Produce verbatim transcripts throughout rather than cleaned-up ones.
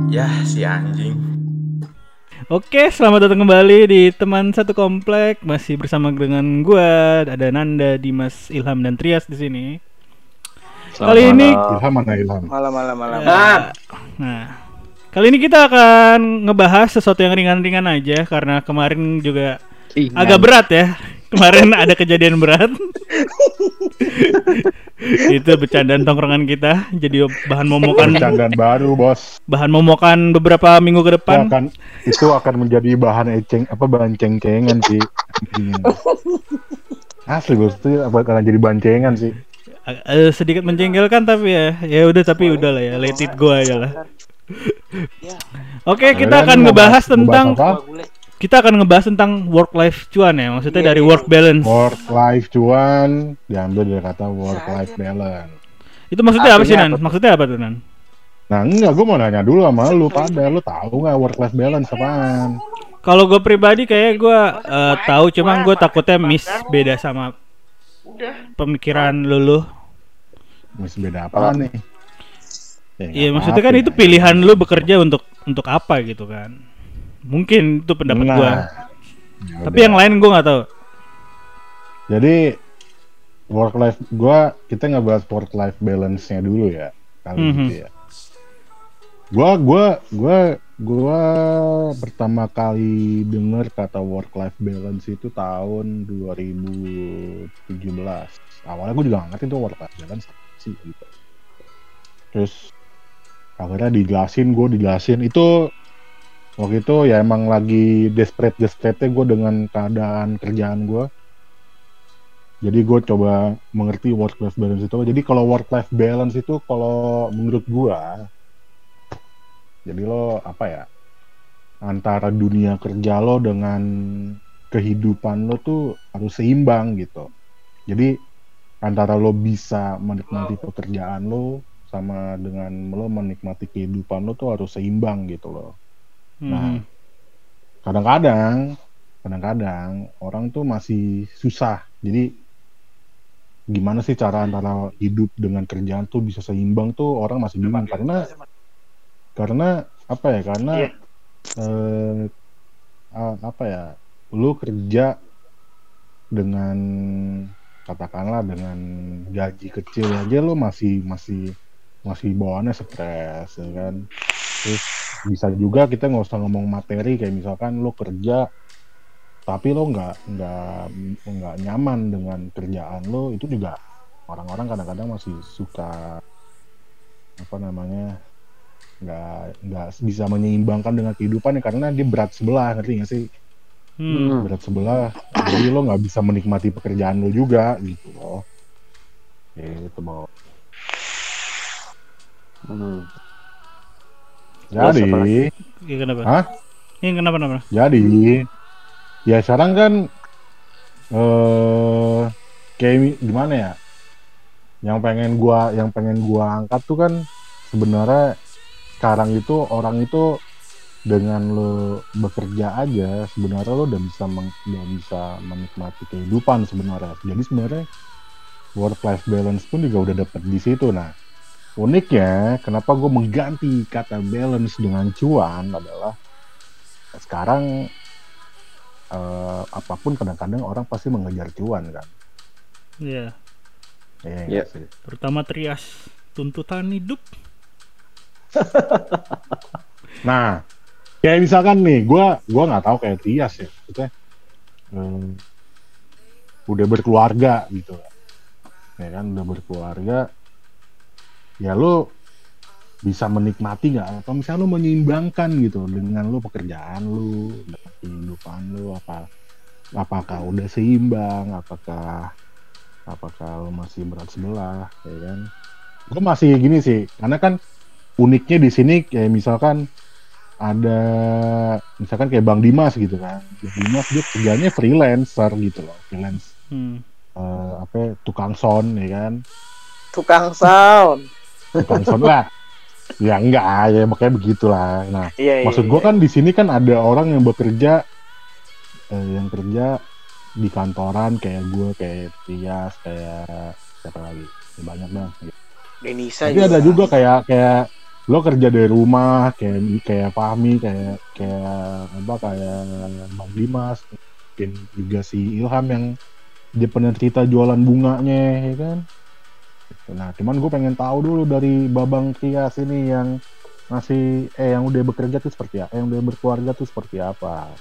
Yah, si anjing. Oke, selamat datang kembali di Teman Satu Komplek. Masih bersama dengan gua, ada Nanda, Dimas, Ilham dan Trias di sini. Selamat Kali ini Ilham mana Ilham? malam malam malam. Ya, nah, kali ini kita akan ngebahas sesuatu yang ringan-ringan aja karena kemarin juga Ringan. agak berat ya. Kemarin ada kejadian berat. Itu bercandaan tongkrongan kita, jadi bahan momokan Bercandaan baru bos. bahan momokan beberapa minggu ke Itu depan. akan itu akan menjadi bahan eceng apa bahan ceng-cengan sih. Asli bos itu akan jadi bahan cengan sih. Uh, sedikit menjengkelkan tapi ya ya udah tapi udah lah ya, let it go aja lah. Oke, kita Ya, akan ini mau ngebahas bahas- mau tentang bahas apa? kita akan ngebahas tentang work life cuan ya, maksudnya dari work balance. Work life cuan diambil dari kata work life balance. Itu maksudnya apa sih, Artinya Nan? apa? Maksudnya apa tuh, Nan? Nah enggak, gue mau nanya dulu sama lu pada, lu tahu nggak work life balance apaan? Kalau gue pribadi kayak gue uh, tahu, cuma gue takutnya miss beda sama pemikiran lulu. Masih beda apaan nih? Ya, Iya, nggak maksudnya kan apa-apa, itu ya. pilihan lu bekerja untuk untuk apa gitu kan. Mungkin itu pendapat Nah, gue. ya Tapi udah. yang lain gue nggak tahu. Jadi work life gua kita ngebahas work life balance-nya dulu ya kali Mhm. gitu ya. Gua gua gua gua pertama kali denger kata work life balance itu tahun dua ribu tujuh belas. Awalnya gue juga nggak ngerti tuh work life balance apa sih gitu. Terus akhirnya dijelasin, gue dijelasin itu waktu itu ya emang lagi desperate-desperate gue dengan keadaan kerjaan gue. Jadi gue coba mengerti work life balance itu. Jadi kalau work life balance itu kalau menurut gue, jadi lo apa ya, antara dunia kerja lo dengan kehidupan lo tuh harus seimbang gitu. Jadi antara lo bisa menikmati pekerjaan lo sama dengan lo menikmati kehidupan lo tuh harus seimbang gitu loh. Nah, Mhm. kadang-kadang, kadang-kadang orang tuh masih susah. Jadi gimana sih cara antara hidup dengan kerjaan tuh bisa seimbang tuh orang masih bingung karena karena apa ya? Karena eh, a- apa ya? Lu kerja dengan katakanlah dengan gaji kecil aja lu masih masih masih bawaannya stres ya kan. Terus bisa juga kita nggak usah ngomong materi kayak misalkan lo kerja tapi lo nggak nggak nggak nyaman dengan kerjaan lo, itu juga orang-orang kadang-kadang masih suka apa namanya nggak nggak bisa menyeimbangkan dengan kehidupannya karena dia berat sebelah, ngerti nggak sih? Hmm. Berat sebelah, jadi lo nggak bisa menikmati pekerjaan lo juga gitu loh. Itu mau. Hmm. Jadi, Iya, kenapa? hah? Ini kenapa kenapa? Jadi, ya sekarang kan eh kayak mi- gimana ya? Yang pengen gua yang pengen gua angkat tuh kan sebenarnya sekarang itu orang itu dengan lo bekerja aja sebenarnya lo udah bisa meng, udah bisa menikmati kehidupan sebenarnya. Jadi sebenarnya work life balance pun juga udah dapet di situ. Nah, uniknya kenapa gue mengganti kata balance dengan cuan adalah sekarang eh, apapun kadang-kadang orang pasti mengejar cuan kan. Iya, Iya Iya. nggak sih? terutama Trias, tuntutan hidup. Nah, kayak misalkan nih, gue gua nggak tahu kayak Tias ya, maksudnya eh, udah berkeluarga gitu, ya kan udah berkeluarga, ya lo bisa menikmati nggak? Atau misalnya lo menyeimbangkan gitu dengan lo pekerjaan lo, dengan kehidupan lo, apa apakah udah seimbang? Apakah apakah lo masih berat sebelah, ya kan? Gue masih gini sih, karena kan uniknya di sini kayak misalkan ada misalkan kayak Bang Dimas gitu kan. Bang Dimas dia kerjanya freelancer gitu loh, freelance Hmm. eh, apa ya, tukang sound ya kan. Tukang sound. Tukang sound lah. Ya enggak, ya makanya begitulah. Nah, Iya, iya. maksud gua kan di sini kan ada orang yang bekerja eh, yang kerja di kantoran kayak gua, kayak Tias, kayak siapa lagi? Ya, banyak dong. Denisa Tapi ada juga kayak kayak lo kerja dari rumah kayak kayak Fahmi, kayak kayak apa kayak Bang Dimas, mungkin juga si Ilham yang dia pernah cerita jualan bunganya, ya kan? Nah, cuman gue pengen tahu dulu dari Babang Tias ini yang masih eh yang udah bekerja tuh seperti apa, yang udah berkeluarga tuh seperti apa?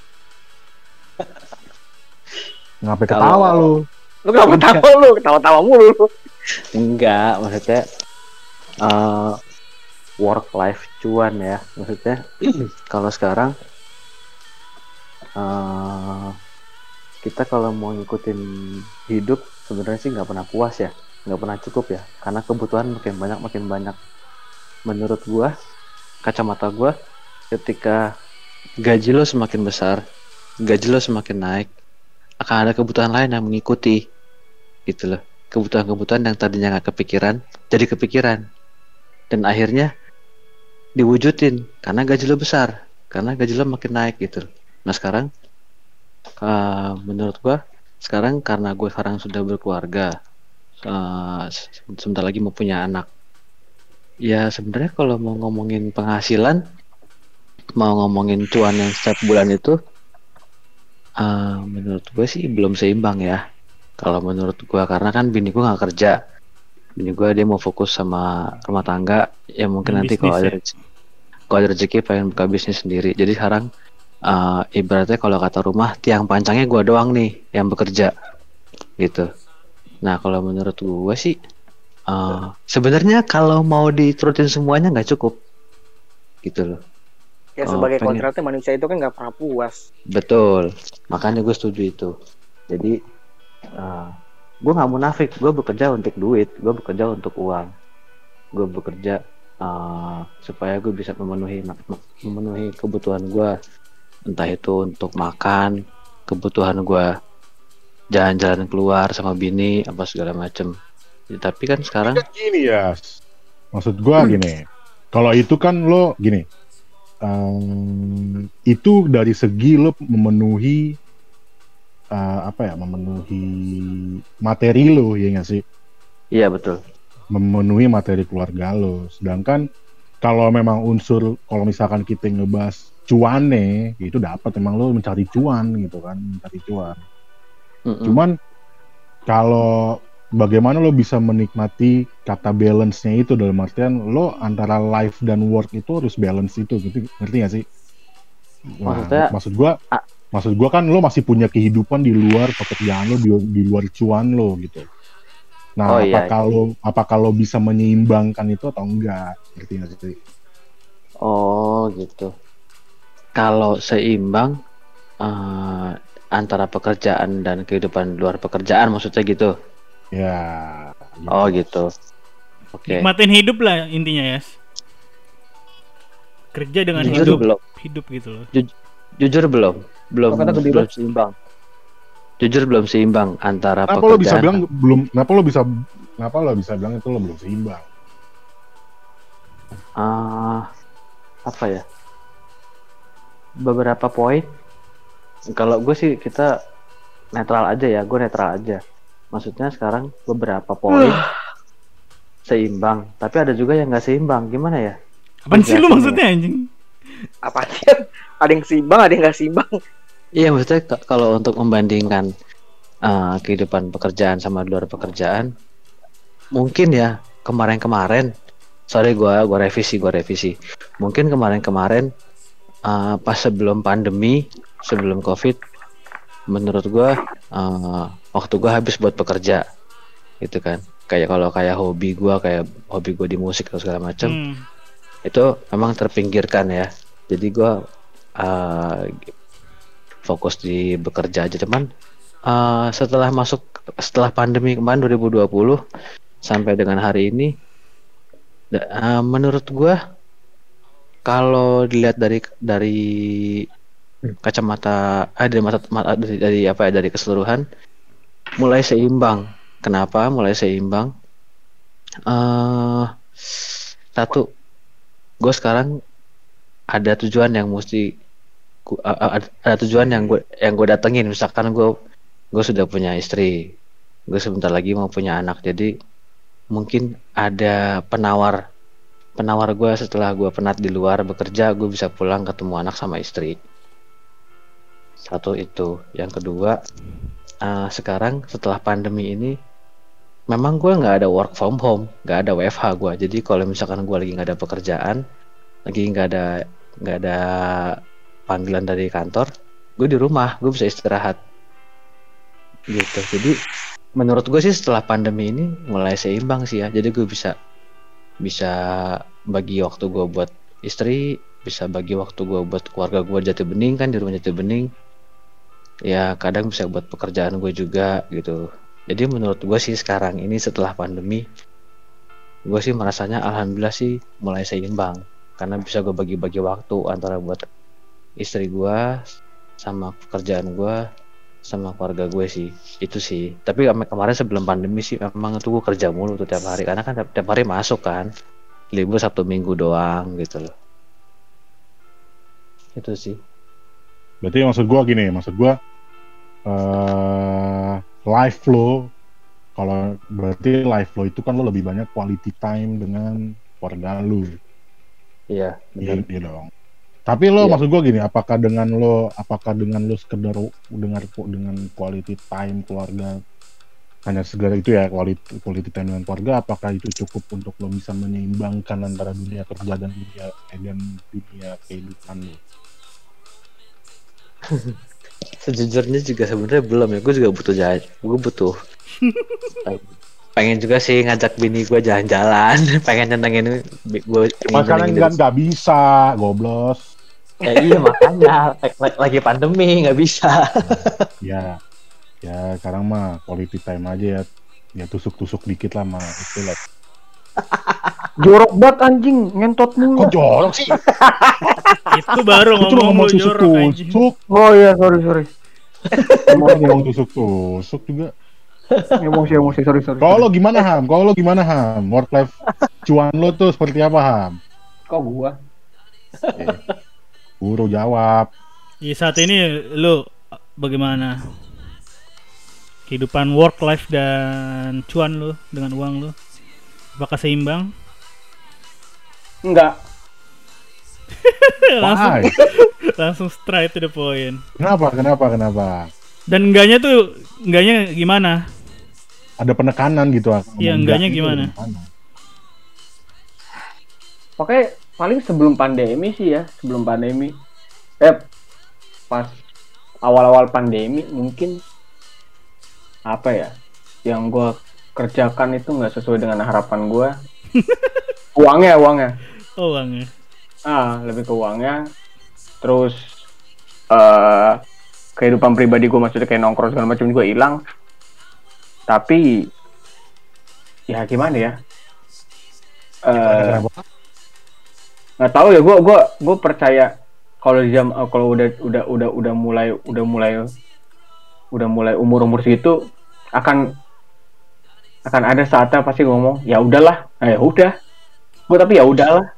Ngapain ketawa Kalau- lu? Lu kenapa ketawa lu? Ketawa-tawa mulu lu. Enggak, maksudnya uh, work life cuan ya. Maksudnya kalau sekarang uh, kita kalau mau ngikutin hidup sebenarnya sih nggak pernah puas ya, nggak pernah cukup ya, karena kebutuhan makin banyak makin banyak. Menurut gua, kacamata gua, ketika gaji lo semakin besar, gaji lo semakin naik, akan ada kebutuhan lain yang mengikuti, gitu loh. Kebutuhan-kebutuhan yang tadinya nggak kepikiran jadi kepikiran, dan akhirnya diwujudin karena gaji lo besar, karena gaji lo makin naik gitu. Nah sekarang uh, menurut gua sekarang karena gue sekarang sudah berkeluarga, uh, sebentar lagi mau punya anak. Ya sebenarnya kalau mau ngomongin penghasilan, mau ngomongin cuan yang setiap bulan itu, uh, menurut gue sih belum seimbang ya. Kalau menurut gue, karena kan bini gue nggak kerja, bini gue dia mau fokus sama rumah tangga. Ya mungkin nanti kalau ada Bisnis ya? rezeki, kalau ada rezeki pengen buka bisnis sendiri. Jadi sekarang uh, ibaratnya kalau kata rumah, tiang pancangnya gue doang nih yang bekerja gitu. Nah kalau menurut gue sih uh, sebenarnya kalau mau diturutin semuanya nggak cukup gitu loh. Ya Oh, sebagai pengen. kontraknya manusia itu kan nggak pernah puas. Betul, makanya gue setuju itu. Jadi uh, gue nggak munafik, gue bekerja untuk duit, gue bekerja untuk uang, gue bekerja uh, supaya gue bisa memenuhi memenuhi kebutuhan gue, entah itu untuk makan, kebutuhan gue jalan-jalan keluar sama bini apa segala macem. Ya, tapi kan sekarang Kan gini ya, maksud gua gini, kalau itu kan lo gini, em, itu dari segi lo memenuhi eh, apa ya, memenuhi materi lo, ya nggak sih, iya betul. memenuhi materi keluarga lo. Sedangkan kalau memang unsur, kalau misalkan kita ngebahas cuannya, itu dapat, emang lo mencari cuan gitu kan, mencari cuan. Mm-mm. Cuman kalau bagaimana lo bisa menikmati kata balance-nya itu, dalam artian lo antara life dan work itu harus balance itu gitu, ngerti gak sih? Nah, Maksudnya, maksud gua ah. maksud gua kan lo masih punya kehidupan di luar pekerjaan lo, di, di luar cuan lo gitu. Nah, Oh, iya, apakah lo apakah lo bisa menyeimbangkan itu atau enggak? Ngerti gak sih? oh gitu. Kalau seimbang uh, antara pekerjaan dan kehidupan luar pekerjaan, maksudnya gitu. Ya. Gitu. Oh gitu. Oke. Nikmatin hidup lah intinya ya. Kerja dengan Jujur hidup, belum. hidup gitu loh. Jujur belum, belum, Apa kata Kebiba? belum seimbang. Jujur belum seimbang antara Kenapa lo bisa pekerjaan. bilang belum? Kenapa lo bisa? Kenapa lo bisa bilang itu lo belum seimbang? Ah, apa ya? Beberapa poin. Kalau gue sih kita netral aja ya, gue netral aja. Maksudnya sekarang beberapa poin seimbang, tapi ada juga yang nggak seimbang. Gimana ya? Apaan sih lu Jelasin maksudnya anjing? Apa sih? Ada yang seimbang, ada yang nggak seimbang. Iya, maksudnya k- kalau untuk membandingkan uh, kehidupan pekerjaan sama luar pekerjaan, mungkin ya kemarin-kemarin, sorry gue gua revisi gua revisi, mungkin kemarin-kemarin uh, pas sebelum pandemi, sebelum COVID, menurut gue uh, waktu gue habis buat pekerja, gitu kan. Kayak kalau kayak hobi gue, kayak hobi gue di musik atau segala macam, Hmm. itu memang terpinggirkan ya. Jadi gue uh, fokus di bekerja aja. Cuman uh, setelah masuk setelah pandemi kemarin dua ribu dua puluh sampai dengan hari ini, da- uh, menurut gue kalau dilihat dari dari kacamata eh, dari mata mata- dari, dari apa ya dari keseluruhan, mulai seimbang. Kenapa mulai seimbang? Eh satu, gue sekarang ada tujuan yang mesti ku- a- a- ada, ada tujuan yang gue yang gue datengin. Misalkan gue gue sudah punya istri, gue sebentar lagi mau punya anak, jadi mungkin ada penawar penawar gue setelah gue penat di luar bekerja, gue bisa pulang ketemu anak sama istri. Satu itu. Yang kedua, uh, sekarang setelah pandemi ini memang gue nggak ada work from home, nggak ada W F H gue. Jadi kalau misalkan gue lagi nggak ada pekerjaan, lagi nggak ada nggak ada panggilan dari kantor, gue di rumah, gue bisa istirahat gitu. Jadi menurut gue sih setelah pandemi ini mulai seimbang sih ya. Jadi gue bisa bisa bagi waktu gue buat istri, bisa bagi waktu gue buat keluarga gue Jati Bening kan, di rumah Jati Bening. Ya kadang bisa buat pekerjaan gue juga gitu. Jadi menurut gue sih sekarang ini setelah pandemi, gue sih merasanya alhamdulillah sih mulai seimbang. Karena bisa gue bagi-bagi waktu antara buat istri gue, sama pekerjaan gue, sama keluarga gue sih. Itu sih. Tapi kemarin sebelum pandemi sih memang tuh gue kerja mulu tuh tiap hari. Karena kan tiap hari masuk kan. Libur Sabtu Minggu doang gitu loh. Itu sih. Berarti maksud gue gini, maksud gue uh, life lo, kalau berarti life lo itu kan lo lebih banyak quality time dengan keluarga lo. Iya, benar. Iya dong. Tapi lo iya. Maksud gue gini, apakah dengan lo, apakah dengan lo sekedar dengan dengan quality time keluarga, hanya segala itu ya, quality quality time dengan keluarga, apakah itu cukup untuk lo bisa menyeimbangkan antara dunia kerja dan dunia dan dunia kehidupan lo? Sejujurnya juga sebenarnya belum ya, gue juga butuh jalan, gue butuh pengen juga sih ngajak bini gue jalan-jalan, pengen nyenengin gue. Sekarang kan nggak bisa, goblos. Ya iya makanya lagi pandemi nggak bisa. Ya, ya sekarang mah quality time aja ya, ya tusuk-tusuk dikit lah mah itu lah. Jorok banget anjing, ngentot mulu. Kok jorok sih? Itu baru Itu ngomong, ngomong lu jorok anjing. tusuk-tusuk. Oh iya, sorry sorry. Ngomong tusuk-tusuk juga. Emosi emosi sorry sorry. Kalau lo gimana Ham? Kalau lo gimana Ham? Work life cuan lo tuh seperti apa Ham? Kok gua? Eh, Guru jawab. Iya, saat ini lu bagaimana? Kehidupan work life dan cuan lu dengan uang lu, apakah seimbang? Enggak. langsung Why? langsung straight to the point. Kenapa? Kenapa? Kenapa? Dan enggaknya tuh, enggaknya gimana? Ada penekanan gitu. Iya, enggaknya gimana? Oke, paling sebelum pandemi sih ya, sebelum pandemi. Eh, pas awal-awal pandemi mungkin apa ya? Yang gua kerjakan itu nggak sesuai dengan harapan gua. Uangnya, uangnya. Oh, uangnya. Ah, lebih ke uangnya. Terus uh, kehidupan pribadi gue maksudnya kayak nongkrong segala macam juga hilang. Tapi ya gimana ya? Uh, nggak tahu ya, gue gue gue percaya kalau jam uh, kalau udah udah udah udah mulai udah mulai udah mulai umur umur segitu akan akan ada saatnya pasti ngomong ya udahlah, nah, ya udah. Gue tapi ya udahlah.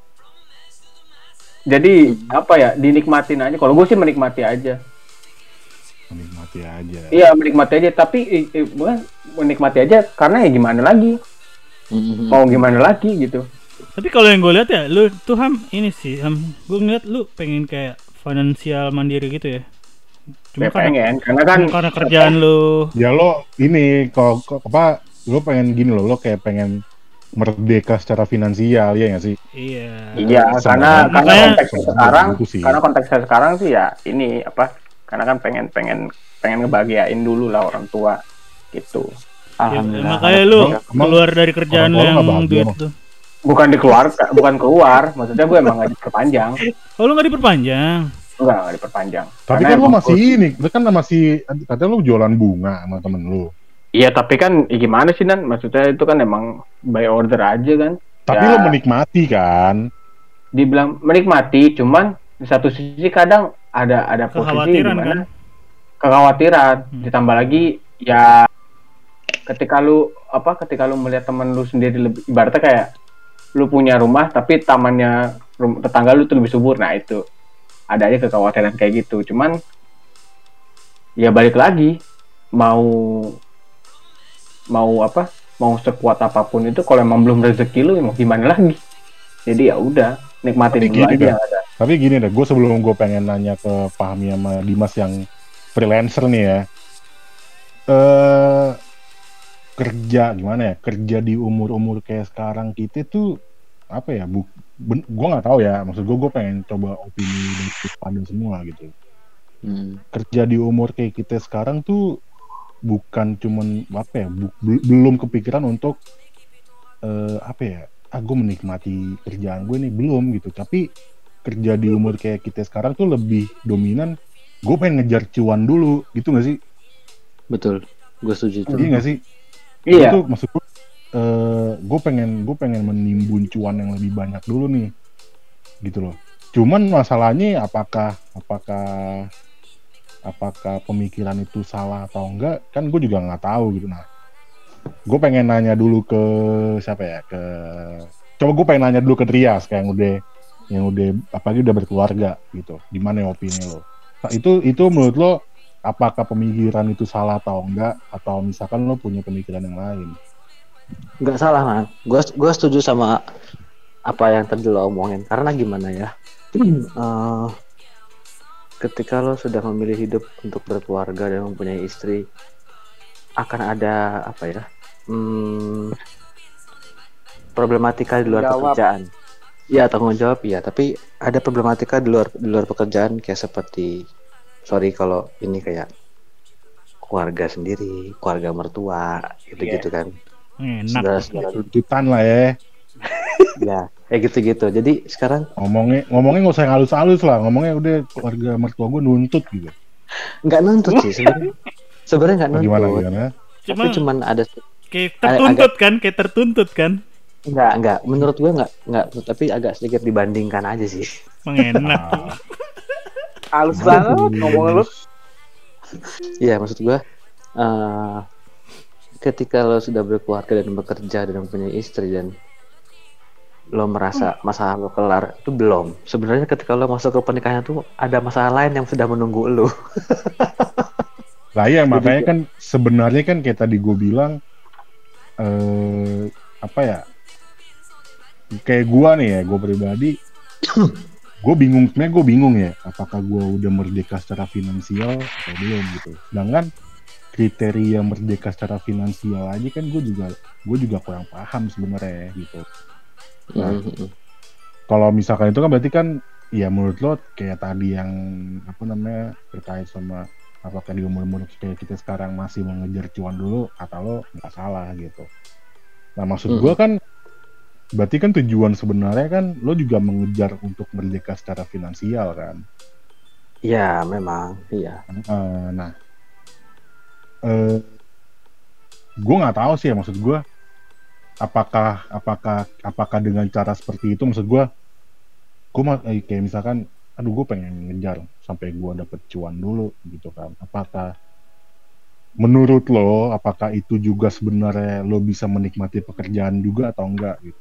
Jadi apa ya, dinikmatin aja. Kalau gue sih menikmati aja. Menikmati aja. Iya, menikmati aja. Tapi eh, eh, bukan menikmati aja karena ya gimana lagi? Mau gimana lagi gitu. Tapi kalau yang gue lihat ya, lu tuh Ham ini sih, Ham, gue ngeliat lu pengen kayak finansial mandiri gitu ya. Cuma Ya, karena, pengen, karena kan karena kerjaan lu. Ya lo ini kalau apa? Lo pengen gini lo, lo kayak pengen merdeka secara finansial ya nggak sih? Iya. Iya, karena Makanya- karena konteks sekarang, Gitu sih. karena konteksnya sekarang sih ya ini apa? Karena kan pengen pengen pengen ngebahagiain dulu lah orang tua gitu. Ya, Alhamdulillah. makanya lu Emang keluar dari kerjaan orang lu tua yang nggak bahagia, duit Mas? tuh. Bukan dikeluar, bukan keluar. Maksudnya gue emang nggak diperpanjang. Oh, lu nggak diperpanjang? Enggak, nggak diperpanjang. Tapi Karena kan lo emang masih gue- ini, lo kan masih katanya lo jualan bunga sama temen lo. Iya, tapi kan ya gimana sih Nan? Maksudnya itu kan emang by order aja kan. Tapi Ya. lo menikmati kan? Dibilang menikmati, cuman di satu sisi kadang ada ada posisi Kekhawatiran di mana kan? kekhawatiran. Hmm. Ditambah lagi ya ketika lu apa ketika lu melihat teman lu sendiri lebih ibaratnya kayak lu punya rumah tapi tamannya rum, tetangga lu tuh lebih subur. Nah, itu ada aja kekhawatiran kayak gitu. Cuman ya balik lagi, mau mau apa? Mau sekuat apapun itu kalau emang belum rezeki lu mau gimana lagi? Jadi ya udah, nikmatin Tapi dulu gini aja deh. yang ada. Tapi gini deh, gue sebelum gue pengen nanya ke Fahmi sama Dimas yang freelancer nih ya, eh kerja gimana ya? Kerja di umur-umur kayak sekarang kita tuh apa ya? Bu, ben, gue nggak tahu ya. Maksud gue, gue pengen coba opini dari pada semua gitu. Hmm. Kerja di umur kayak kita sekarang tuh bukan cuman apa ya? Bu, bel- belum kepikiran untuk eh, apa ya? Ah, gue menikmati kerjaan gue nih belum gitu. Tapi kerja di umur kayak kita sekarang tuh lebih dominan. Gue pengen ngejar cuan dulu, gitu nggak sih? Betul, gue setuju itu. Iya nggak sih? Iya. Itu maksud gue, uh, gue pengen gue pengen menimbun cuan yang lebih banyak dulu nih, gitu loh. Cuman masalahnya apakah apakah apakah pemikiran itu salah atau enggak? Kan gue juga nggak tahu gitu. Nah, gue pengen nanya dulu ke siapa ya? Ke coba gue pengen nanya dulu ke Trias kayak yang udah yang udah apalagi udah berkeluarga gitu. Gimana ya opini lo? Nah, itu itu menurut lo apakah pemikiran itu salah atau enggak, atau misalkan lo punya pemikiran yang lain? Nggak salah man, gue gue setuju sama apa yang tadi lo omongin. Karena gimana ya, uh, ketika lo sudah memilih hidup untuk berkeluarga dan mempunyai istri, akan ada apa ya, hmm, problematika di luar Jawab. pekerjaan. Iya, tanggung jawab ya, tapi ada problematika di luar di luar pekerjaan kayak seperti, sorry kalau ini kayak keluarga sendiri, keluarga mertua, gitu-gitu kan. Enak. Saudara-saudara, Tuntutan lah ya. ya, kayak gitu-gitu. Jadi sekarang Ngomongnya ngomongnya nggak usah yang halus-halus lah. Ngomongnya udah keluarga mertua gue nuntut gitu. nggak nuntut sih sebenarnya. Sebenarnya nggak Nah, nuntut. gimana gimana? Tapi Cuma cuman ada kayak tertuntut kan, kayak tertuntut kan. nggak nggak menurut gue nggak nggak tapi agak sedikit dibandingkan aja sih. Mengenak. Ah, Halus banget ngomong lu. Iya, maksud gue eh ketika lo sudah berkeluarga dan bekerja dan mempunyai istri dan lo merasa masalah lo kelar, itu belum. Sebenarnya ketika lo masuk ke pernikahan tuh ada masalah lain yang sudah menunggu lo. Lah ya Jadi makanya kayak- kan sebenarnya kan kayak tadi gue bilang eh apa ya? Kayak gue nih ya, gue pribadi gue bingung, sebenarnya gue bingung ya, apakah gue udah merdeka secara finansial atau belum gitu. Sedangkan kriteria merdeka secara finansial aja kan gue juga gue juga kurang paham sebenarnya gitu. Nah, Mhm. kalau misalkan itu kan berarti kan ya menurut lo kayak tadi yang apa namanya terkait sama apakah di umur-umur kayak kita sekarang masih mengejar cuan dulu atau lo nggak salah gitu. Nah maksud gue kan berarti kan tujuan sebenarnya kan lo juga mengejar untuk merdeka secara finansial kan. Iya, memang, iya. Eh, nah, eh, gue nggak tahu sih ya maksud gue apakah apakah apakah dengan cara seperti itu maksud gue gue ma- eh, kayak misalkan aduh gue pengen ngejar sampai gue dapet cuan dulu gitu kan, apakah menurut lo apakah itu juga sebenarnya lo bisa menikmati pekerjaan juga atau enggak gitu?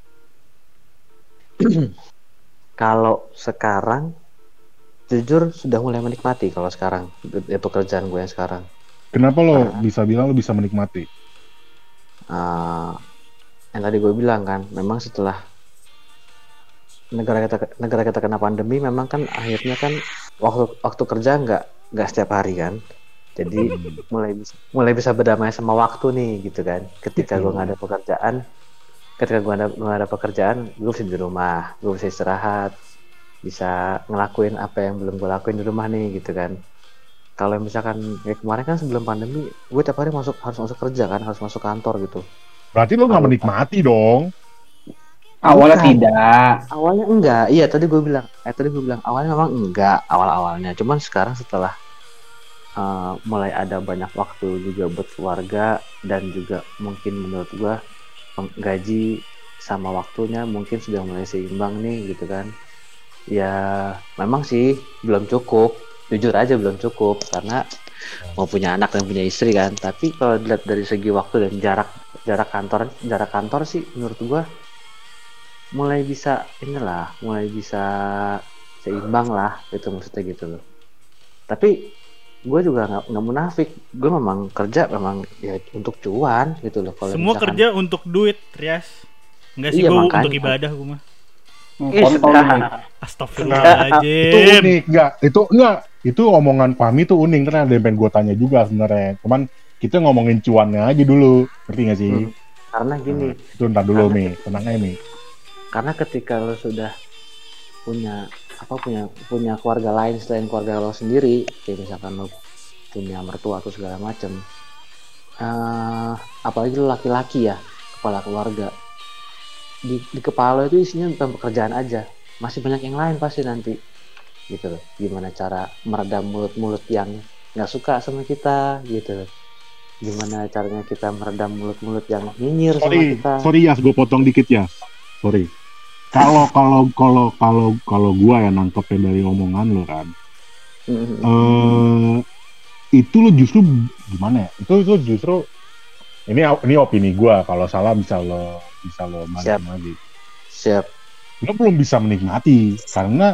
Kalau sekarang jujur sudah mulai menikmati kalau sekarang di pekerjaan gue yang sekarang. Kenapa lo Karena- bisa bilang lo bisa menikmati? Uh, yang tadi gue bilang kan, memang setelah negara kita negara kita kena pandemi, memang kan akhirnya kan waktu waktu kerja nggak nggak setiap hari kan, jadi mulai bisa mulai bisa berdamai sama waktu nih gitu kan. Ketika gue nggak ada pekerjaan, ketika gue ada nggak ada pekerjaan, gue bisa di rumah, gue bisa istirahat, bisa ngelakuin apa yang belum gue lakuin di rumah nih gitu kan. Kalau misalkan kayak kemarin kan sebelum pandemi, gue tiap hari masuk harus masuk kerja kan, harus masuk kantor gitu. Berarti lo nggak Kalau- menikmati dong? Awalnya Bukan. tidak. Awalnya enggak, iya tadi gue bilang, eh tadi gue bilang awalnya memang enggak awal-awalnya, cuman sekarang setelah uh, mulai ada banyak waktu juga buat keluarga dan juga mungkin menurut gue peng- gaji sama waktunya mungkin sudah mulai seimbang nih gitu kan. Ya memang sih belum cukup, jujur aja belum cukup karena mau punya anak dan punya istri kan. Tapi kalau dilihat dari segi waktu dan jarak jarak kantor jarak kantor sih menurut gue mulai bisa inilah, mulai bisa seimbang lah gitu maksudnya gitu loh. Tapi gue juga nggak nggak munafik, gue memang kerja memang ya untuk cuan gitu loh. Kalau Semua misalkan- kerja untuk duit, Rias. Enggak sih, Iya, gue makanya. untuk ibadah gue mah. Ih, Kontol sudah. ini. Nah, itu Astagfirullahaladzim. unik, enggak? Itu enggak, itu omongan Fahmi tuh unik karena ada yang pengen gue tanya juga sebenarnya. Cuman kita ngomongin cuannya aja dulu, ngerti gak sih? Hmm. Karena gini, Nah, itu ntar dulu Karena- nih, tenang aja nih. karena ketika lo sudah punya apa punya punya keluarga lain selain keluarga lo sendiri, kayak misalkan lo punya mertua atau segala macem, eh, apalagi lo laki-laki ya, kepala keluarga, di, di kepala lo itu isinya bukan pekerjaan aja, masih banyak yang lain pasti nanti, gitu loh. Gimana cara meredam mulut-mulut yang nggak suka sama kita, gitu loh. Gimana caranya kita meredam mulut-mulut yang nyinyir sama Sorry, kita. sorry ya, gue potong dikit ya. Sorry. Kalau kalau kalau kalau kalau gue ya nangkepnya dari omongan lo kan, Mhm. eh itu lo justru gimana ya? Itu itu justru ini ini opini gue. Kalau salah bisa lo bisa lo Siap. balikin lagi. Siap. Lo belum bisa menikmati karena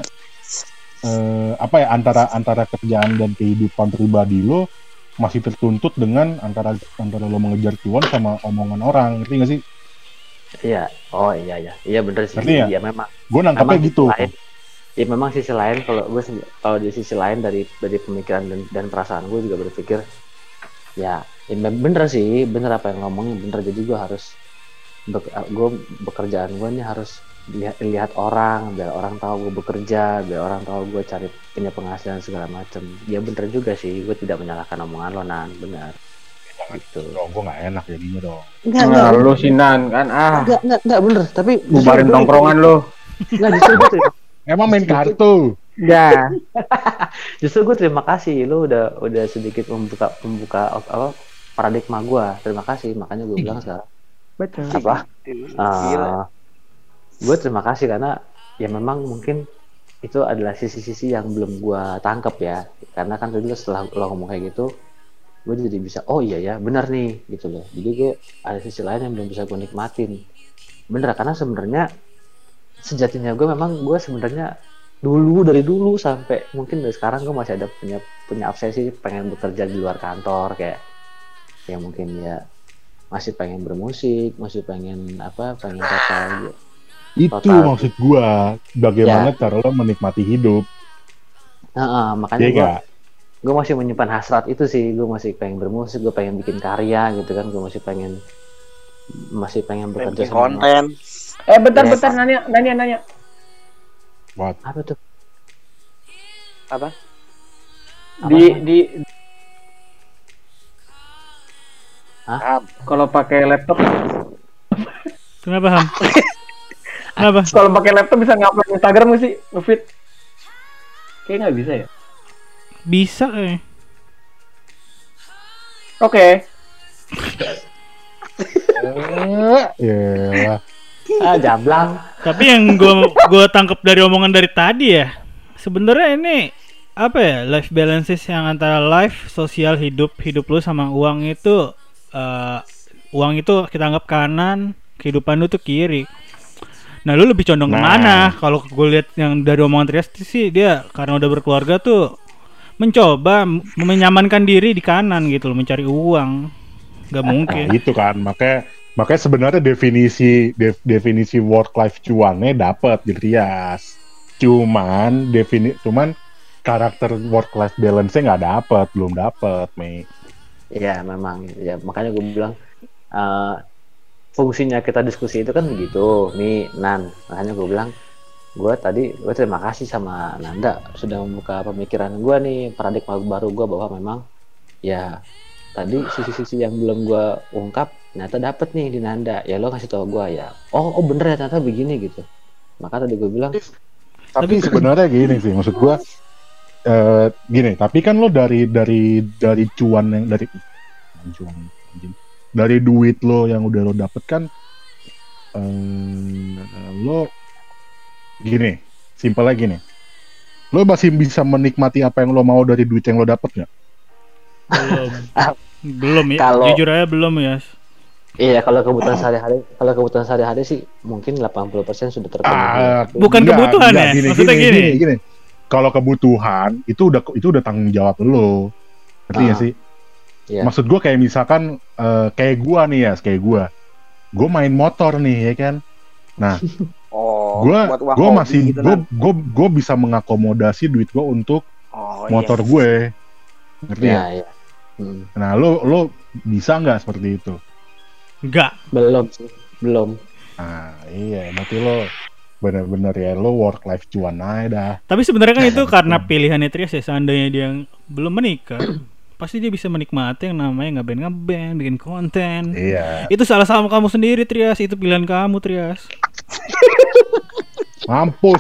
eh, apa ya antara antara kerjaan dan kehidupan pribadi lo masih tertuntut dengan antara antara lo mengejar cuan sama omongan orang, ngerti gak sih? Iya, oh iya ya, iya bener sih. Ngerti ya? Iya memang. Gue nangkapnya Memang gitu. sisi lain, ya memang sisi lain kalau gue se- kalau di sisi lain dari dari pemikiran dan, dan perasaan gue juga berpikir ya, ya be- bener sih, bener apa yang ngomongnya bener. Jadi gue harus be- gue bekerjaan gue nih harus lihat, lihat orang biar orang tahu gue bekerja, biar orang tahu gue cari punya penghasilan segala macem. Ya bener juga sih, gue tidak menyalahkan omongan lo Nan, benar. Gitu. Dong, gue gak enak jadinya dong. Enggak, Nah, lu sinan kan ah. enggak, enggak, enggak bener. Tapi Bubarin tongkrongan lu. Enggak, justru gue terima, Emang main kartu? Ya. justru gue terima kasih lu udah udah sedikit membuka membuka apa paradigma gue. Terima kasih, makanya gue bilang sekarang Betul. apa? Gila. Uh, gue terima kasih karena ya memang mungkin itu adalah sisi-sisi yang belum gue tangkep ya. Karena kan tadi setelah lo ngomong kayak gitu, gue jadi bisa oh iya ya benar nih gitu loh. Jadi gue ada sisi lain yang belum bisa gue nikmatin. Bener karena sebenarnya sejatinya gue memang gue sebenarnya dulu dari dulu sampai mungkin dari sekarang gue masih ada punya punya obsesi pengen bekerja di luar kantor kayak ya mungkin ya masih pengen bermusik, masih pengen apa pengen total Itu Total. maksud gua, bagaimana Ya. cara lo menikmati hidup. nah, uh, makanya Iya gue gak? gue masih menyimpan hasrat itu sih. Gue masih pengen bermusik, gue pengen bikin karya gitu kan, gue masih pengen masih pengen bekerja Bikin sama konten. Eh bentar Yes. bentar nanya nanya nanya. What? apa tuh Apa? Apa Di namanya? di Ah, kalau pakai laptop Kenapa Ham? Kenapa? kalau pakai laptop bisa ngupload Instagram nggak sih? Ngefeed? Kayaknya nggak bisa ya. Bisa eh. Oke. Ya, ah jablang. Tapi yang gue gue tangkap dari omongan dari tadi ya, sebenarnya ini apa ya, life balances yang antara life, sosial, hidup hidup lu sama uang itu, eh, uang itu kita anggap kanan, kehidupan lu tuh kiri. Nah lu lebih condong Nah. kemana? Kalau gue lihat yang dari omongan Trias sih, dia karena udah berkeluarga tuh mencoba m- menyamankan diri di kanan gitu loh, mencari uang. Gak nah mungkin. itu kan, makanya makanya sebenarnya definisi def- definisi work life cuannya dapat di Rias. Cuman defini cuman karakter work life balance-nya nggak dapat, belum dapat, Mei. Ya memang ya makanya gue bilang eh, fungsinya kita diskusi itu kan begitu nih Nan. Makanya gue bilang gue tadi gue terima kasih sama Nanda sudah membuka pemikiran gue nih, paradigma baru gue bahwa memang ya tadi sisi-sisi yang belum gue ungkap ternyata dapet nih di Nanda. Ya lo kasih tau gue ya, oh oh bener ya ternyata begini gitu. Maka tadi gue bilang Tapi sebenarnya gini sih, maksud gua eh, gini, tapi kan lo dari dari dari cuan yang dari cuan anjing. Dari duit lo yang udah lo dapet kan eh, lo gini, simpelnya gini. Lo masih bisa menikmati apa yang lo mau dari duit yang lo dapet nggak? Belum. Belum ya. Kalau- Jujur aja belum ya. iya kalau kebutuhan sehari-hari kalau kebutuhan sehari-hari sih mungkin delapan puluh persen sudah terpenuhi. Ah, Bukan enggak, kebutuhan enggak, ya? Gini, Maksudnya gini, gini. gini, gini. Kalau kebutuhan itu udah itu udah tanggung jawab lo, ngerti nggak Ah, sih? iya. Maksud gue kayak misalkan eh, kayak gua nih ya, kayak gua, gue main motor nih ya kan. Nah, Oh, gue buat uang gue hobi masih gitu gue kan. gue gue bisa mengakomodasi duit gue untuk Oh, motor iya. gue, ngerti ya? Ya, ya. Hmm. Nah, lo lo bisa nggak seperti itu? Enggak. Belum sih, belum. Nah, iya, berarti lo bener-bener ya lo work life cuan aja dah. Tapi sebenarnya kan itu karena pilihannya Trias ya. Seandainya dia belum menikah, pasti dia bisa menikmati yang namanya ngeband ngeband, bikin konten. Iya. Itu salah sama kamu sendiri Trias. Itu pilihan kamu Trias. Mampus.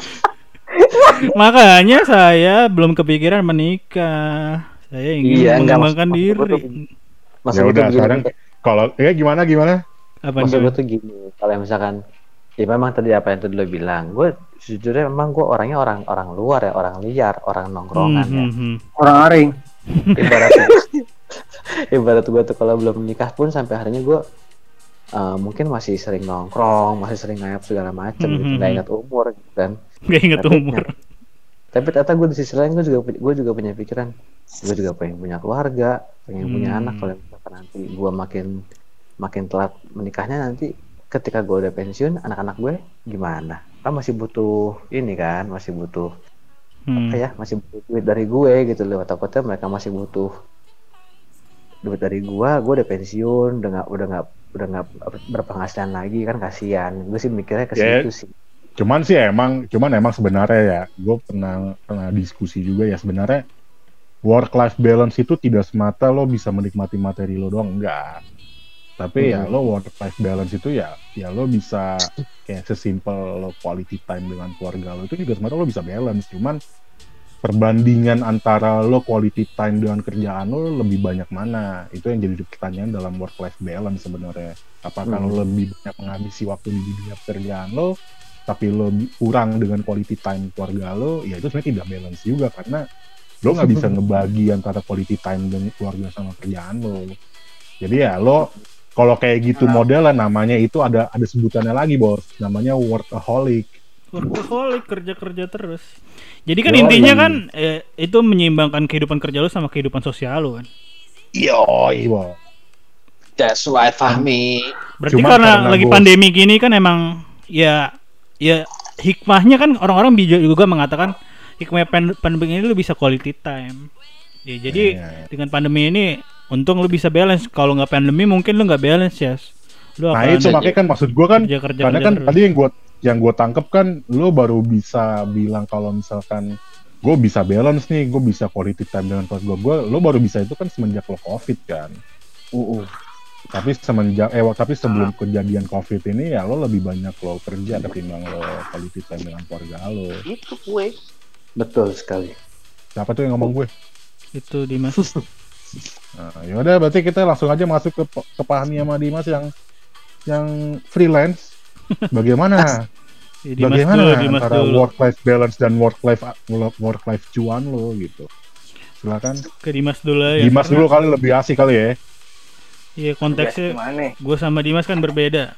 Makanya saya belum kepikiran menikah. Saya ingin Iya, enggak, mengembangkan maksud- maksud diri. gua Maksud Ya gue tuh udah begini, sekarang kalau ya gimana gimana? Apa maksud nih? gue tuh gini, kalau misalkan ya memang tadi apa yang tadi lo bilang, gue sejujurnya memang gue orangnya orang orang luar ya, orang liar, orang nongkrongan ya. Hmm, hmm, hmm. Orang aring. Ibarat ibarat gue tuh kalau belum menikah pun sampai harinya gue uh, mungkin masih sering nongkrong, masih sering ngayap segala macam gitu, Hmm, nggak hmm, ingat umur gitu kan. Gak inget Tapi- umur. Tapi ternyata gue di sisi lain gue juga gue juga punya pikiran, gue juga pengen punya keluarga, pengen punya Hmm. anak. Kalau misalkan nanti gue makin makin telat menikahnya, nanti ketika gue udah pensiun, anak-anak gue gimana? Kan masih butuh ini kan, masih butuh Hmm. apa ya, masih butuh duit dari gue gitu loh. Takutnya mereka masih butuh duit dari gue, gue udah pensiun, udah nggak udah nggak udah nggak berpenghasilan lagi, kan kasihan. Gue sih mikirnya ke Ya, situ sih. Cuman sih emang, cuman emang sebenarnya ya, gue pernah pernah diskusi juga ya sebenarnya work life balance itu tidak semata lo bisa menikmati materi lo doang, enggak. Tapi ya Hmm. lo work life balance itu ya, ya lo bisa kayak sesimpel lo quality time dengan keluarga lo itu juga sebenarnya lo bisa balance. Cuman perbandingan antara lo quality time dengan kerjaan lo lebih banyak mana? Itu yang jadi pertanyaan dalam work life balance sebenarnya. Apakah Hmm. lo lebih banyak menghabisi waktu di dunia pekerjaan lo, tapi lo bi- kurang dengan quality time keluarga lo? Ya itu sebenarnya tidak balance juga karena lo nggak bisa ngebagi antara quality time dengan keluarga sama kerjaan lo. Jadi ya lo kalau kayak gitu modelan namanya itu ada ada sebutannya lagi bos, namanya workaholic. Workaholic, kerja-kerja terus. Jadi kan Yoi. intinya kan eh, itu menyeimbangkan kehidupan kerja lu sama kehidupan sosial lu kan. Yoi bos. That's right, Fahmi. Berarti Cuman karena, karena lagi gua- pandemi gini kan emang ya ya hikmahnya kan orang-orang bija- juga mengatakan hikmah pan- pandemi ini lu bisa quality time. Ya jadi Iya. dengan pandemi ini untung lu bisa balance. Kalau nggak pandemi mungkin lu nggak balance ya. Lu Nah akan itu makanya kan maksud gue kan, kerja-kerja karena kerja kan terus. tadi yang gue yang gue tangkep kan, lo baru bisa bilang kalau misalkan gue bisa balance nih, gue bisa quality time dengan keluarga gue, lo baru bisa itu kan semenjak lo covid kan. Uh, uh. Tapi semenjak eh tapi sebelum kejadian covid ini ya lo lebih banyak lo kerja ketimbang lo quality time dengan keluarga lo. Itu gue. Betul sekali. Siapa tuh yang ngomong gue? Itu Dimas. Nah, yaudah berarti kita langsung aja masuk ke ke Fahmi sama Dimas yang yang freelance. Bagaimana? Ya, Dimas Bagaimana dulu, Dimas antara dulu. work life balance dan work life work life cuan lo gitu? Silakan. Ke Dimas dulu ya. Dimas dulu kali lebih asik kali ya. Iya konteksnya Gimana? gue sama Dimas kan berbeda.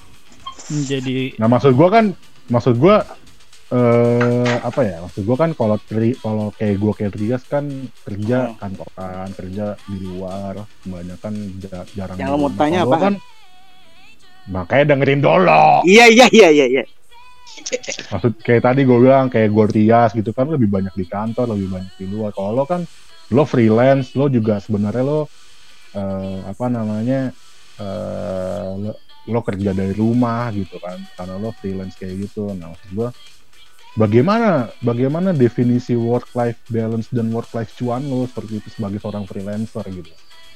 Jadi Nah maksud gua kan, maksud gua eh apa ya? Maksud gua kan kalau tri- kalau kayak gua kayak Trias kan kerja Hmm. kantoran, kerja di luar, kebanyakan ja- jarang. Yang di lo mau rumah. tanya Kalau apaan? kan, makanya dengerin dulu. Iya, iya, iya, iya, iya. Maksud kayak tadi gue bilang kayak gue Trias gitu kan lebih banyak di kantor, lebih banyak di luar. Kalau lo kan lo freelance, lo juga sebenarnya lo eh, apa namanya eh, lo, lo kerja dari rumah gitu kan, karena lo freelance kayak gitu. Nah maksud gue bagaimana bagaimana definisi work life balance dan work life cuan lo seperti itu sebagai seorang freelancer gitu.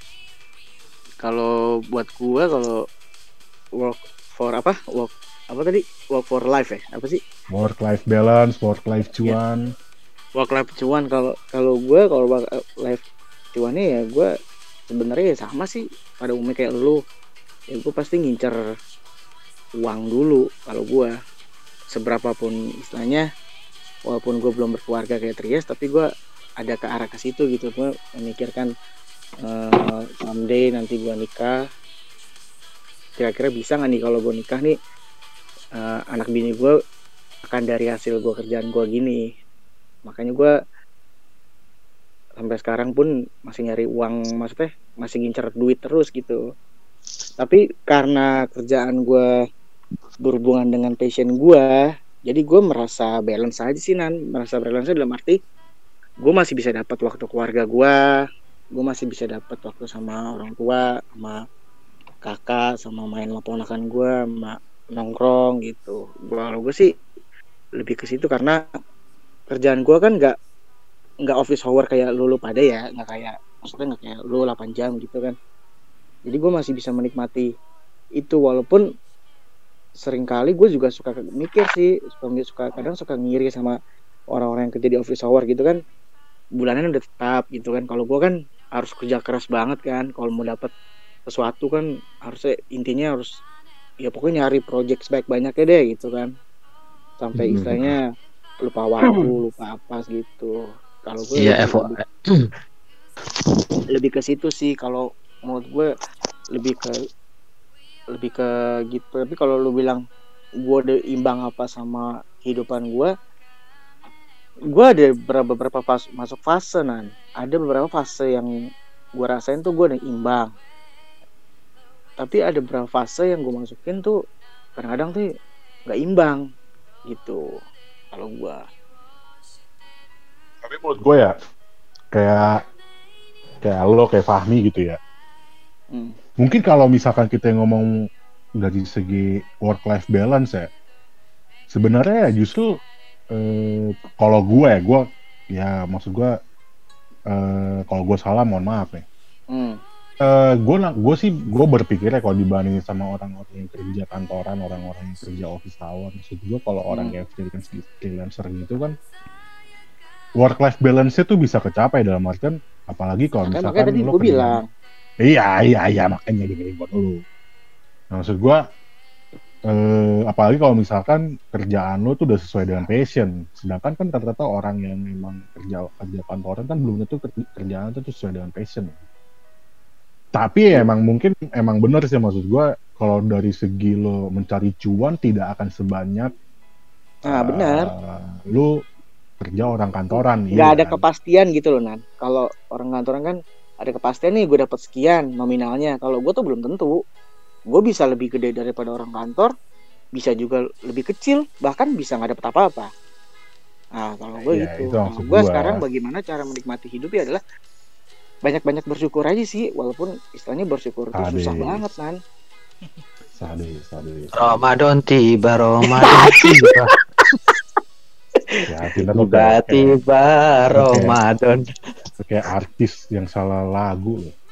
Kalau buat gua kalau work for apa? Work apa tadi? Work for life ya? Apa sih? Work life balance, work life cuan. Work life cuan kalau kalau gua kalau work life cuannya ya gua sebenarnya ya sama sih pada umumnya kayak lu. Ya gua pasti ngincer uang dulu kalau gua. Seberapapun istilahnya walaupun gua belum berkeluarga kayak Trias tapi gua ada ke arah ke situ gitu. Gua memikirkan uh, someday nanti gua nikah kira-kira bisa nggak nih kalau gue nikah nih uh, anak bini gue akan dari hasil gue kerjaan gue gini. Makanya gue sampai sekarang pun masih nyari uang, maksudnya masih ngincer duit terus gitu. Tapi karena kerjaan gue berhubungan dengan passion gue. Jadi gue merasa balance aja sih Nan, merasa balance dalam arti gue masih bisa dapat waktu keluarga gue, gue masih bisa dapat waktu sama orang tua, sama kakak, sama main sama ponakan gue, sama nongkrong gitu. Kalau gue sih lebih ke situ karena kerjaan gue kan nggak nggak office hour kayak lu lu pada ya, nggak kayak maksudnya nggak kayak lu delapan jam gitu kan. Jadi gue masih bisa menikmati itu walaupun seringkali gue juga suka mikir sih, suka, suka kadang suka ngiri sama orang-orang yang kerja di office hour gitu kan, bulanan udah tetap gitu kan. Kalau gue kan harus kerja keras banget kan, kalau mau dapat sesuatu kan harusnya intinya harus ya pokoknya nyari project sebaik banyaknya deh gitu kan, sampai istilahnya lupa waktu, lupa apa gitu. Kalau gue Iya, lebih, Evo. lebih, lebih ke situ sih kalau menurut gue, lebih ke lebih ke gitu. Tapi kalau lu bilang gue udah imbang apa sama kehidupan gue, gue ada beberapa, beberapa fase, masuk fase Nan. Ada beberapa fase yang gue rasain tuh gue udah imbang, tapi ada beberapa fase yang gue masukin tuh kadang-kadang tuh nggak imbang gitu kalau gue. Tapi menurut gue ya kayak kayak lo kayak Fahmi gitu ya. Hmm. Mungkin kalau misalkan kita ngomong dari segi work life balance ya, sebenarnya justru eh, kalau gue ya gue ya maksud gue eh, kalau gue salah mohon maaf nih. Hmm. Uh, gue gue sih gue berpikirnya kalau dibandingin sama orang-orang yang kerja kantoran, orang-orang yang kerja office hour, maksud gue kalau hmm. orang yang freelancer gitu kan work life balance-nya tuh bisa kecapai dalam artian apalagi kalau makanya, misalkan makanya tadi lo gue bilang iya iya iya makanya gini buat lo. Nah, maksud gue uh, apalagi kalau misalkan kerjaan lo tuh udah sesuai dengan passion, sedangkan kan rata-rata orang yang memang kerja kerja kantoran kan belum tentu kerjaan itu sesuai dengan passion. Tapi ya emang mungkin emang benar sih maksud gue kalau dari segi lo mencari cuan tidak akan sebanyak nah uh, benar lo kerja orang kantoran. Nggak iya, ada kan? Kepastian gitu loh Nan. Kalau orang kantoran kan ada kepastian nih gue dapat sekian nominalnya. Kalau gue tuh belum tentu. Gue bisa lebih gede daripada orang kantor, bisa juga lebih kecil, bahkan bisa nggak dapat apa-apa. Nah kalau gue ya, gitu. Nah, gue sekarang bagaimana cara menikmati hidup ya adalah banyak-banyak bersyukur aja sih, walaupun istilahnya bersyukur itu Sadis. susah banget kan. Sadis, sadis. Ramadan tiba, Ramadan tiba. Ya, kita tiba-tiba Ramadan. Kayak artis yang salah lagu loh.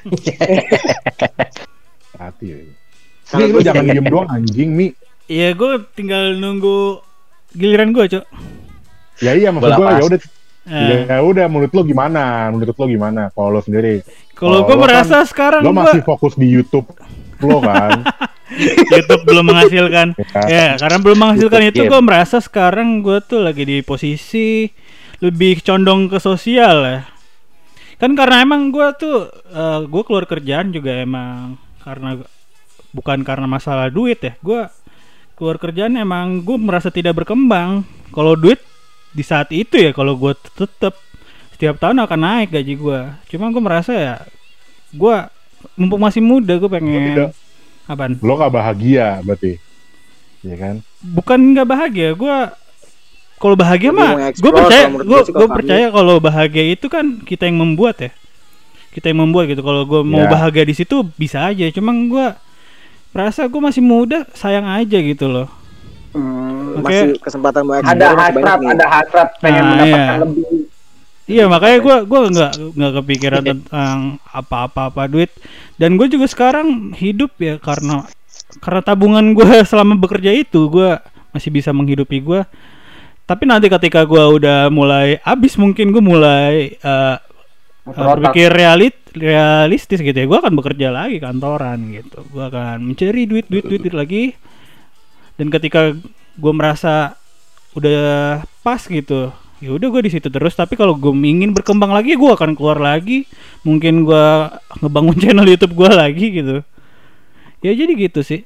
Hati ya. Mi, lu jangan diem doang anjing, Mi. Iya, gue tinggal nunggu giliran gue, Cok. Ya iya, maksud gue ya udah. Eh. Ya udah, menurut lo gimana? Menurut lo gimana? Kalau lo sendiri? Kalau gue merasa kan, sekarang lo masih gua... fokus di YouTube lo kan? YouTube belum menghasilkan. Ya, ya karena belum menghasilkan itu, gue merasa sekarang gue tuh lagi di posisi lebih condong ke sosial ya. Kan karena emang gue tuh, uh, gue keluar kerjaan juga emang karena bukan karena masalah duit ya. Gue keluar kerjaan emang gue merasa tidak berkembang. Kalau duit di saat itu ya kalau gue tetap setiap tahun akan naik gaji gue. Cuma gue merasa ya gue mumpung masih muda gue pengen apaan? Lo gak bahagia berarti, ya kan? Bukan nggak bahagia, gue kalau bahagia mah gue percaya gue gue percaya kalau bahagia itu kan kita yang membuat ya, kita yang membuat gitu. Kalau gue mau ya. bahagia di situ bisa aja. Cuma gue merasa gue masih muda, sayang aja gitu loh. Hmm, okay. Masih kesempatan banyak ada hasrat ada hasrat pengen nah, mendapatkan iya. lebih iya makanya gue gue nggak nggak kepikiran tentang apa-apa duit. Dan gue juga sekarang hidup ya karena karena tabungan gue selama bekerja itu gue masih bisa menghidupi gue. Tapi nanti ketika gue udah mulai habis mungkin gue mulai uh, uh, berpikir realit realistis gitu ya, gue akan bekerja lagi kantoran gitu. Gue akan mencari duit duit duit, duit lagi. Dan ketika gue merasa udah pas gitu, ya udah gue di situ terus. Tapi kalau gue ingin berkembang lagi, gue akan keluar lagi. Mungkin gue ngebangun channel YouTube gue lagi gitu. Ya jadi gitu sih.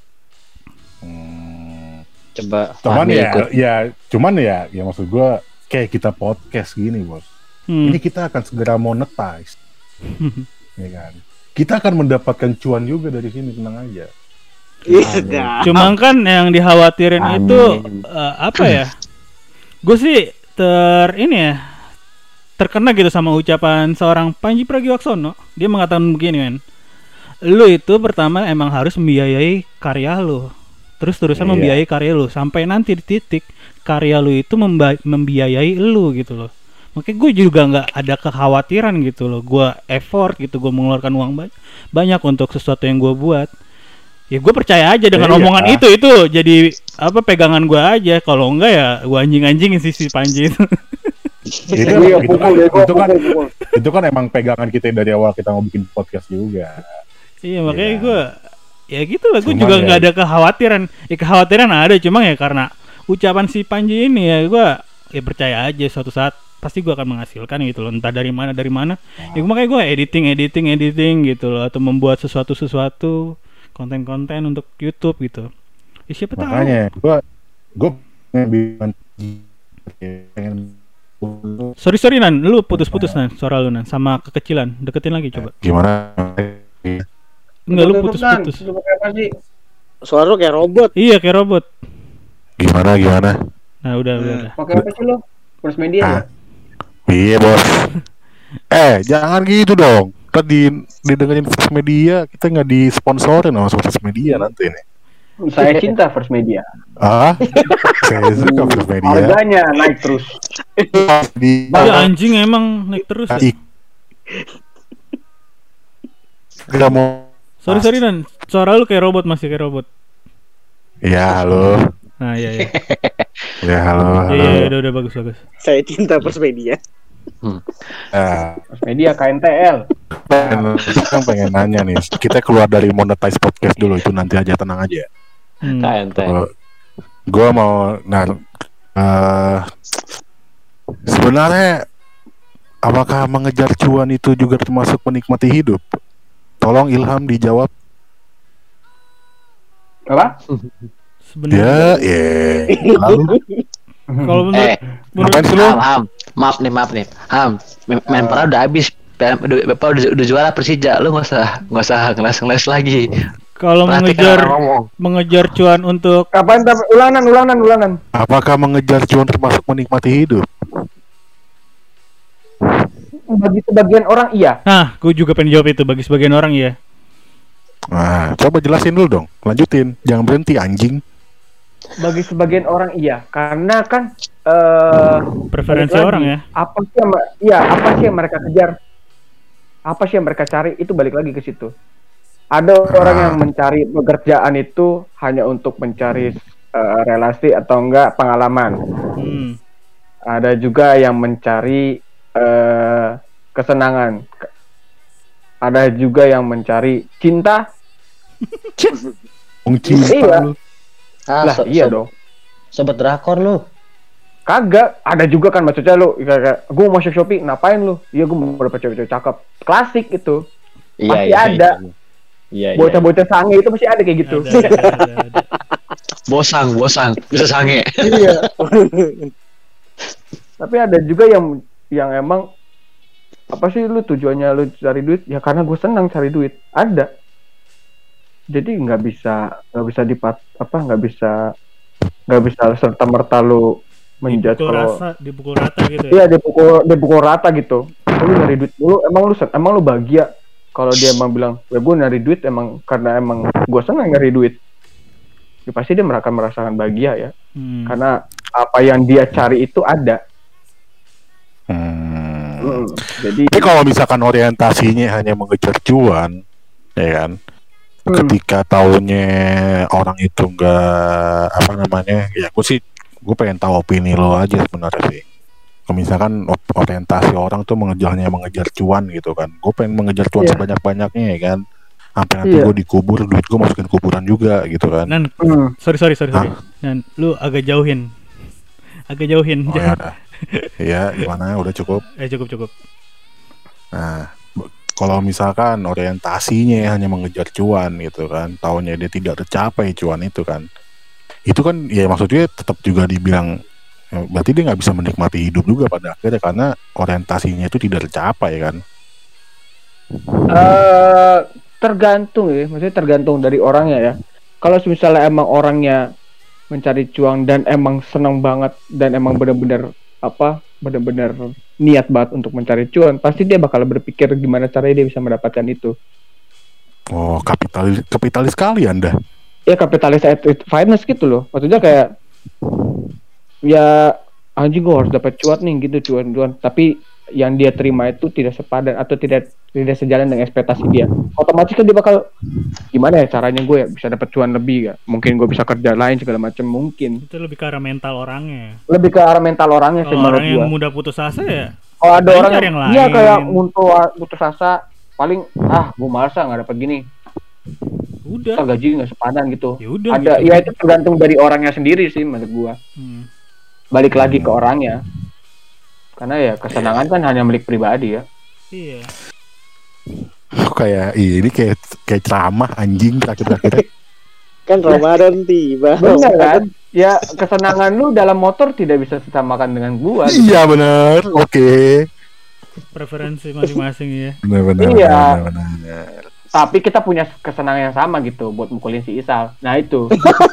Hmm, coba. Cuman ya, ikut. ya, cuman ya, ya maksud gue kayak kita podcast gini bos. Hmm. Ini kita akan segera monetize, ya kan? Kita akan mendapatkan cuan juga dari sini, tenang aja. Iya. Cuma kan yang dikhawatirin Amin. itu eh, apa ya? Gue sih ter ini ya terkena gitu sama ucapan seorang Panji Pragiwaksono. Dia mengatakan begini kan, lu itu pertama emang harus membiayai karya lu, terus terusan Iya. membiayai karya lu sampai nanti di titik karya lu itu memba- membiayai lu gitu loh. Makanya gue juga nggak ada kekhawatiran gitu loh. Gue effort gitu, gue mengeluarkan uang ba- banyak untuk sesuatu yang gue buat. Ya gue percaya aja dengan Iya. omongan itu itu jadi apa pegangan gue aja. Kalau enggak ya gue anjing-anjingin sih si Panji itu. itu, Iya, itu kan, pukul ya, gua itu kan pukul, pukul. itu kan emang pegangan kita dari awal kita mau bikin podcast juga. Iya makanya Iya. gue ya gitu lah. Gue Cuman juga ya- nggak ada kekhawatiran. Ya kekhawatiran ada, cuma ya karena ucapan si Panji ini ya gue ya percaya aja suatu saat pasti gue akan menghasilkan gitu loh. Entah dari mana dari mana. Ya makanya gue editing editing editing gitu loh, atau membuat sesuatu sesuatu konten-konten untuk YouTube gitu. Ya, siapa tahu. Makanya gua gua pengen bikin pengen Sorry sorry Nan, lu putus-putus Nan, suara lu Nan, sama kekecilan, deketin lagi coba. gimana? Enggak, lu Tutup, Nan. putus-putus. Lu pakai apa sih? Suara lu kayak robot. Iya kayak robot. Gimana gimana? Nah udah udah udah. Pakai apa sih lu? First media ya? Ah. Iya bos. Eh jangan gitu dong. Kita di didengerin First Media, kita nggak disponsorin sama First Media nanti nih. Saya cinta First Media. Ah, saya suka First Media. Harganya naik terus. Di Ya anjing emang naik terus ya. ik- Nggak mau. Sorry sorry Nan, suara lu kayak robot, masih kayak robot. Ya halo. Nah iya iya. Ya halo. Iya iya halo. udah udah bagus bagus. Saya cinta First Media. Nah, First Media K N T L. pengen, kan pengen nanya nih. Kita keluar dari monetize podcast dulu, itu nanti aja, tenang aja. Hmm. K N T. Kalau gue mau, nah, eh, sebenarnya apakah mengejar cuan itu juga termasuk menikmati hidup? Tolong Ilham dijawab. Apa? Sebenarnya Ya, ya. Lalu, kalau menurut Eh, menurut ngapain sih lu? Ham, Ham, maaf nih, maaf nih, Ham, men- Menpora udah habis, P- udah, Bapak udah, udah juara Persija, lu nggak usah nggak usah ngeles-ngeles lagi. kalau Perhatikan mengejar orang ngomong. mengejar cuan untuk Kapan tapi ulangan ulangan ulangan. Apakah mengejar cuan termasuk menikmati hidup? Bagi sebagian orang iya. Nah, gue juga pengen jawab itu bagi sebagian orang ya. Nah, coba jelasin dulu dong. Lanjutin, jangan berhenti anjing. Bagi sebagian orang iya, karena kan eh Preferensi balik lagi, orang ya. Apa sih yang me- iya, apa sih yang mereka kejar? Apa sih yang mereka cari? Itu balik lagi ke situ. Ada orang yang mencari pekerjaan itu hanya untuk mencari eh, relasi atau enggak pengalaman. Hmm. Ada juga yang mencari eh, kesenangan. Ada juga yang mencari cinta. Wong cinta Iya. lu. Ah, Lah so- iya so- dong. Sobat drakor lu. Kagak, ada juga kan maksudnya lu kayak gue mau masuk Shopee, ngapain lu? Iya gue mau dapet cewek-cewek cakep. Klasik itu. Iya, Pasti iya, ada. iya. Iya, iya. Bocah-bocah sange itu pasti ada kayak gitu. Ada, ada, ada, ada. Bosang, bosang, bisa sange. Iya. Tapi ada juga yang yang emang apa sih lu tujuannya lu cari duit? Ya karena gue senang cari duit. Ada. Jadi nggak bisa nggak bisa dipat apa nggak bisa nggak bisa serta merta lu menjudge Dipukul kalau rasa, dipukul rata gitu ya. iya dipukul dipukul rata gitu. Lu nyari duit dulu emang lu sen- emang lu bahagia kalau dia emang bilang ya gue nyari duit emang karena emang gue senang nyari duit. Ya pasti dia akan merasakan bahagia ya. Hmm. Karena apa yang dia cari itu ada. Hmm. Mm. Jadi Tapi kalau misalkan orientasinya hanya mengejar cuan, ya kan? Hmm. Ketika taunya orang itu enggak apa namanya, ya gue sih gue pengen tahu opini lo aja sebenarnya sih. Kalau misalkan o- orientasi orang tuh mengejarnya mengejar cuan gitu kan, gue pengen mengejar cuan Iya. sebanyak-banyaknya ya kan, sampai nanti Iya. gue dikubur, duit gue masukin kuburan juga gitu kan. Nan, Hmm. sorry sorry sorry sorry. Nan, lu agak jauhin. Agak jauhin. Oh ya udah. Iya, gimana? Udah cukup. Eh cukup cukup. Nah, b- kalau misalkan orientasinya hanya mengejar cuan gitu kan, taunya dia tidak tercapai cuan itu kan, itu kan ya maksudnya tetap juga dibilang ya, berarti dia nggak bisa menikmati hidup juga pada akhirnya karena orientasinya itu tidak tercapai kan. Eh, tergantung ya, maksudnya tergantung dari orangnya ya. kalau misalnya emang orangnya mencari cuan dan emang senang banget dan emang benar-benar apa benar-benar niat banget untuk mencari cuan, pasti dia bakal berpikir gimana caranya dia bisa mendapatkan itu. Oh, kapitalis kapitalis sekali Anda. Ya kapitalis finance gitu loh. Maksudnya kayak ya anjing gue harus dapat cuan nih gitu cuan-cuan, tapi yang dia terima itu tidak sepadan atau tidak tidak sejalan dengan ekspektasi dia. Otomatis kan dia bakal gimana ya caranya gue ya bisa dapat cuan lebih ya? Mungkin gue bisa kerja lain segala macam mungkin. Itu lebih ke arah mental orangnya. Lebih ke arah mental orangnya sih Kalau menurut orang yang gue. mudah putus asa ya. Kalau ada paling orang cari yang yang iya lain. kayak untuk putus asa paling ah gue malas ah nggak dapat gini. Udah. Ntar gaji nggak sepadan gitu. Ya udah. Ada gitu. ya itu tergantung dari orangnya sendiri sih menurut gue. Hmm. Balik lagi ke orangnya. Karena ya kesenangan kan hanya milik pribadi ya. Iya. Kok kayak ini kayak kayak ceramah anjing terakhir-terakhir. Kan Ramadan tiba. Benar kan? Ya kesenangan lu dalam motor tidak bisa disamakan dengan gua. Iya benar. Oke. Preferensi masing-masing ya. Benar benar. Iya. Benar, benar. Tapi kita punya kesenangan yang sama gitu buat mukulin si Isal. Nah itu.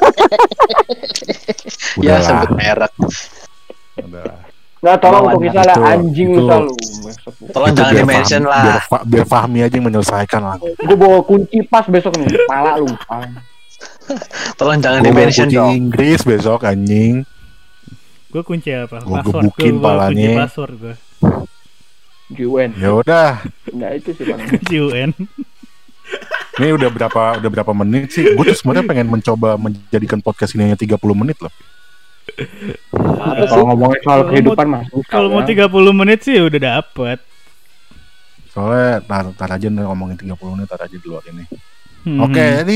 Ya Udahlah. sebut merek. Udahlah. Nggak tolong Bawaan untuk Isal ya itu- anjing lu itu- Sal lu. Tolong Itu jangan biar di-mention Fahmi- lah. Biar, Fa- biar Fahmi aja yang menyelesaikan lah. Gua bawa kunci pas besok nih, kepala lu. Tolong jangan Gue mau di-mention kunci dong. Inggris besok anjing. Gue kunci apa? Gua Password. gebukin Gue kunci palanya. password gue. G U N. Ya udah. Nah itu sih Bang. Kunci U N. Ini udah berapa udah berapa menit sih? Gue tuh sebenarnya pengen mencoba menjadikan podcast ini hanya tiga puluh menit loh. Apa sih? Kalau ngomongin soal Kalau kehidupan mau- mah susah. Kalau mau ya. tiga puluh menit sih udah dapet. Soalnya tar, tar aja nih ngomongin tiga puluh menit tar aja di luar ini. Hmm. Oke, jadi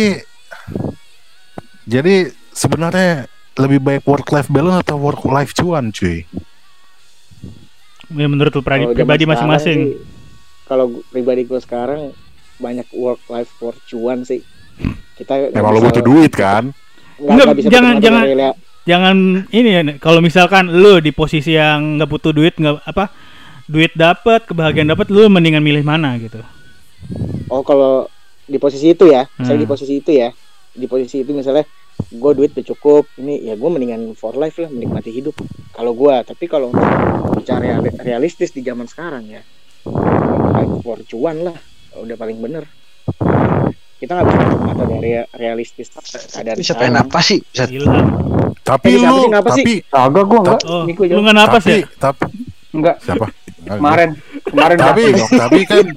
jadi sebenarnya lebih baik work life balance atau work life cuan, cuy? Ya, menurut lu pribadi, Kalau zaman pribadi sekarang masing-masing. sih, Kalau gu- pribadi gue sekarang banyak work life for cuan sih. Kita nggak Emang lo bisa- butuh duit kan? nggak- Enggak, nggak bisa jangan- betul-betul jangan- rela- Jangan ini ya, kalau misalkan lu di posisi yang nggak butuh duit, nggak apa, duit dapat, kebahagiaan dapat, lu mendingan milih mana gitu? Oh kalau di posisi itu ya, misalnya Hmm. di posisi itu ya, di posisi itu misalnya gue duit udah cukup, ini ya gue mendingan for life lah, menikmati hidup. Kalau gue, tapi kalau untuk bicara reali- realistis di zaman sekarang ya, life for cuan lah, udah paling bener. Kita nggak bisa tutup mata dari realistis keadaan Bisa sekarang. pengen apa sih? Bisa Ilham. Tapi Eh, siapa lu sih, ngapa sih? tapi Kagak gua enggak. Oh, Ini gua lu jawab. nggak napas tapi, ya? tapi Enggak. siapa? Kemarin kemarin tapi batuk dong. tapi kan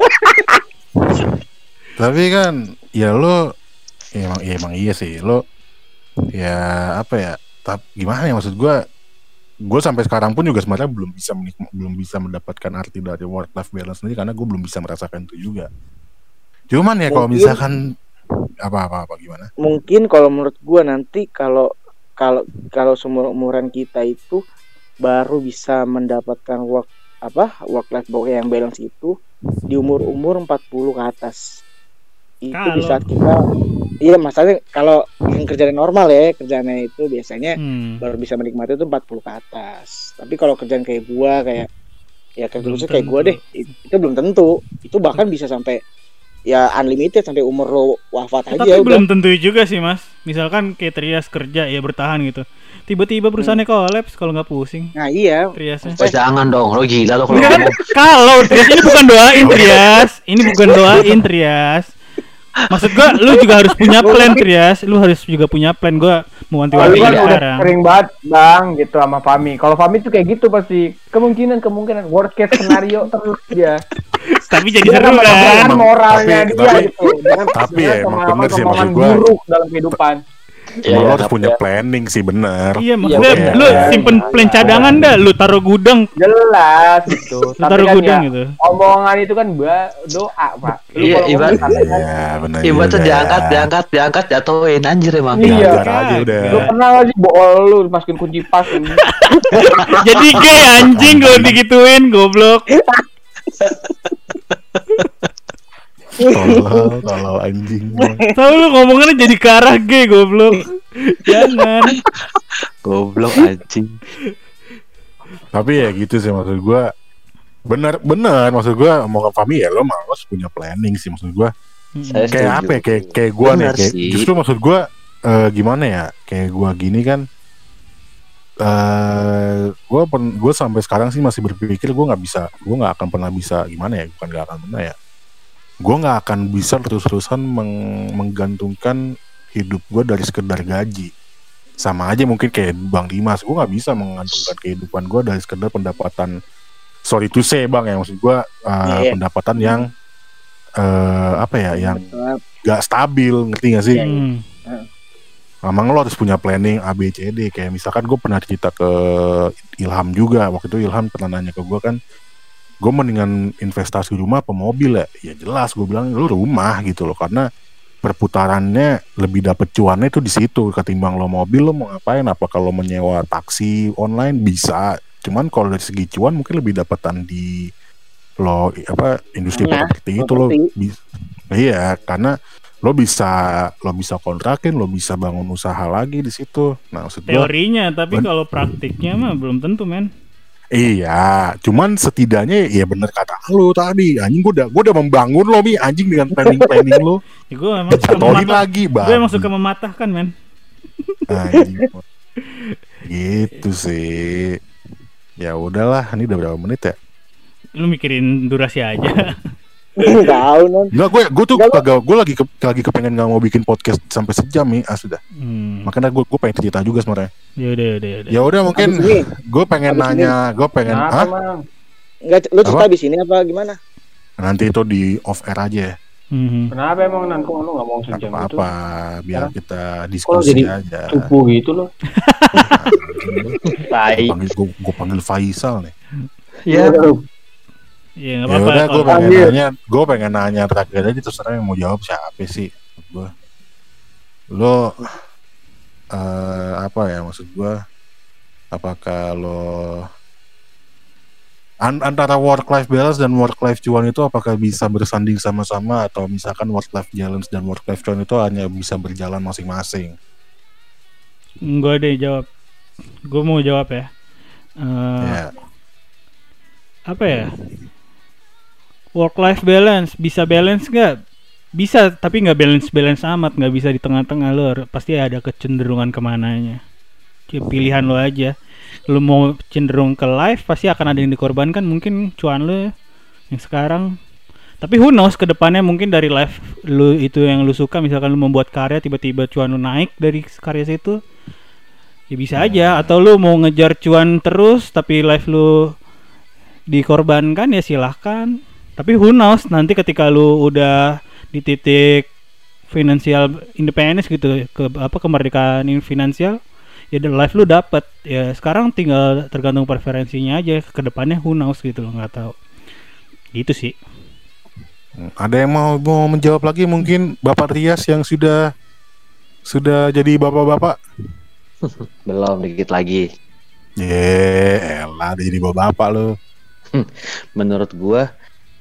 tapi kan ya lo ya emang ya emang iya sih lo ya apa ya tapi gimana ya maksud gue gue sampai sekarang pun juga sebenarnya belum bisa menik- belum bisa mendapatkan arti dari work life balance sendiri karena gue belum bisa merasakan itu juga cuman ya kalau Mungkin- misalkan apa apa apa gimana Mungkin kalau menurut gue nanti kalau kalau kalau seumur umuran kita itu baru bisa mendapatkan work apa work life yang balance itu di umur umur empat puluh ke atas. Itu di Kalau- saat kita iya masalahnya kalau yang kerjaan normal ya kerjaannya itu biasanya Hmm. baru bisa menikmati itu empat puluh ke atas. Tapi kalau kerjaan kayak gua kayak ya kerja Belum khusus kayak gua tentu. deh it- itu belum tentu. Itu bahkan bisa sampai ya unlimited sampai umur lo wafat aja Tapi udah. belum tentu juga sih mas. Misalkan kayak Trias kerja ya bertahan gitu. Tiba-tiba perusahaannya kolaps kalau nggak pusing. Nah iya Triasnya. Oh, jangan dong, lo gila lo kalau Enggak, ngomong. kalau Trias ini bukan doain Trias, ini bukan doain Trias. Maksud gua, lu juga harus punya plan Trias, lu harus juga punya plan. Gua mau Lu wanti-wanti kan iya. udah sekarang. sering banget bang gitu sama Fami. Kalau Fami tuh kayak gitu pasti kemungkinan kemungkinan worst case scenario terus dia. Tapi jadi Dia seru sama kan. dengan Emang- moralnya tapi- dia tapi- gitu. Dengan, tapi dengan ya, emang pengalaman- bener sih, pengalaman maksud gua- buruk dalam kehidupan. Iya, lo iya, harus tapi punya ya. planning sih bener Iya, maksudnya iya, lu iya, simpen iya, plan iya. cadangan dah, lu taruh gudang, Jelas gitu. lu Tapi taruh kan gudang ya, gitu. omongan itu kan ba- doa pak. Lu Iya, kalau ibarat- ngomong santai kan, iya bener Ibarat tuh juga. diangkat, diangkat, diangkat, jatuhin anjir emang. Iya. Biar aja udah Lu pernah gak sih bool lu masukin kunci pas ini? Jadi gay anjing kalau digituin, goblok. tolol tolol anjing Tahu lu ngomongannya jadi ke arah gay, goblok. Jangan. Goblok anjing. tapi ya gitu sih maksud gue bener bener maksud gue mau ke Fami ya lo malas punya planning sih maksud gue Saya kayak setuju. apa ya kayak kayak gue nih Bener kayak sih. justru maksud gue eh, gimana ya, kayak gue gini kan, eh gue gue sampai sekarang sih masih berpikir gue nggak bisa, gue nggak akan pernah bisa gimana ya, bukan nggak akan pernah ya, gue nggak akan bisa terus-terusan meng- menggantungkan hidup gue dari sekedar gaji. Sama aja mungkin kayak Bang Dimas, gue nggak bisa menggantungkan kehidupan gue dari sekedar pendapatan, sorry to say Bang ya, maksud gue uh, Iya, iya. pendapatan yang uh, apa ya, yang Tetap. gak stabil, ngerti gak sih? Iya, iya. Hmm. Memang lo harus punya planning A B C D. Kayak misalkan gue pernah cerita ke Ilham juga, waktu itu Ilham pernah nanya ke gue kan, gue mendingan investasi rumah apa mobil ya? Ya jelas gue bilang lu rumah gitu loh, karena perputarannya lebih dapet cuannya itu di situ ketimbang lo mobil. Lo mau ngapain? Apa kalau menyewa taksi online bisa, cuman kalau dari segi cuan mungkin lebih dapetan di lo apa industri Nah, properti itu lo properti. bis- iya, karena lo bisa lo bisa kontrakin, lo bisa bangun usaha lagi di situ. Nah maksud gue Teorinya, tapi Ben- kalau praktiknya mah belum tentu, men. iya, cuman setidaknya ya bener kata lu tadi, anjing gue udah gue udah membangun lo Mi, anjing dengan planning planning lo. Ya, gue emang suka Jatohin mematah, lagi gue bang. emang suka mematahkan, men. Anjing. Gitu sih. Ya udahlah, ini udah berapa menit ya? Lu mikirin durasi aja. Tahu non. Enggak, gue gue tuh Enggak, lu- kagak, gue lagi ke, lagi kepengen nggak mau bikin podcast sampai sejam nih, ah sudah. Hmm. Makanya gue gue pengen cerita juga sebenarnya. Ya udah, ya udah, ya udah. Ya udah mungkin Abis ini. gue pengen Abis ini. nanya, gue pengen Kenapa ah Mang? Enggak, lu cerita Apa? di sini apa gimana? nanti itu di off air aja ya. Mhm. Kenapa emang Nangkong lu nggak mau Nggak sejam itu? apa-apa, biar Sekarang? kita Kok diskusi jadi aja. cupu gitu loh? Gue Tai. panggil, gue, gue panggil Faisal nih. Ya. Ya nggak Ya apa-apa. udah, gue kalau- pengen Panggil. nanya, gue pengen nanya terakhir aja, terserah yang mau jawab siapa sih. Gue, lo eh, apa ya maksud gue? Apakah lo an- antara work life balance dan work life cuan itu apakah bisa bersanding sama-sama, atau misalkan work life balance dan work life cuan itu hanya bisa berjalan masing-masing? Gue deh jawab. Gue mau jawab ya. Eh, Ya, Apa ya? Work life balance bisa balance nggak? Bisa, tapi nggak balance balance amat. Nggak bisa di tengah-tengah. Lo har- pasti ada kecenderungan kemananya. Kayak pilihan lo aja. Lo mau cenderung ke life, pasti akan ada yang dikorbankan. Mungkin cuan lo yang sekarang. Tapi who knows ke depannya, mungkin dari life lo itu yang lo suka. Misalkan lo membuat karya, tiba-tiba cuan lo naik dari karya situ. Ya bisa aja. Atau lo mau ngejar cuan terus, tapi life lo dikorbankan, ya silahkan. Tapi who knows, nanti ketika lu udah di titik financial independence gitu, ke apa kemerdekaan finansial, ya the life lu dapat. Ya sekarang tinggal tergantung preferensinya aja, ke depannya who knows gitu loh, nggak tahu. Gitu sih. ada yang mau mau menjawab lagi, mungkin Bapak Rias yang sudah sudah jadi bapak-bapak. Belum, dikit lagi. Ye, elah, dia jadi bapak-bapak lo. Menurut gua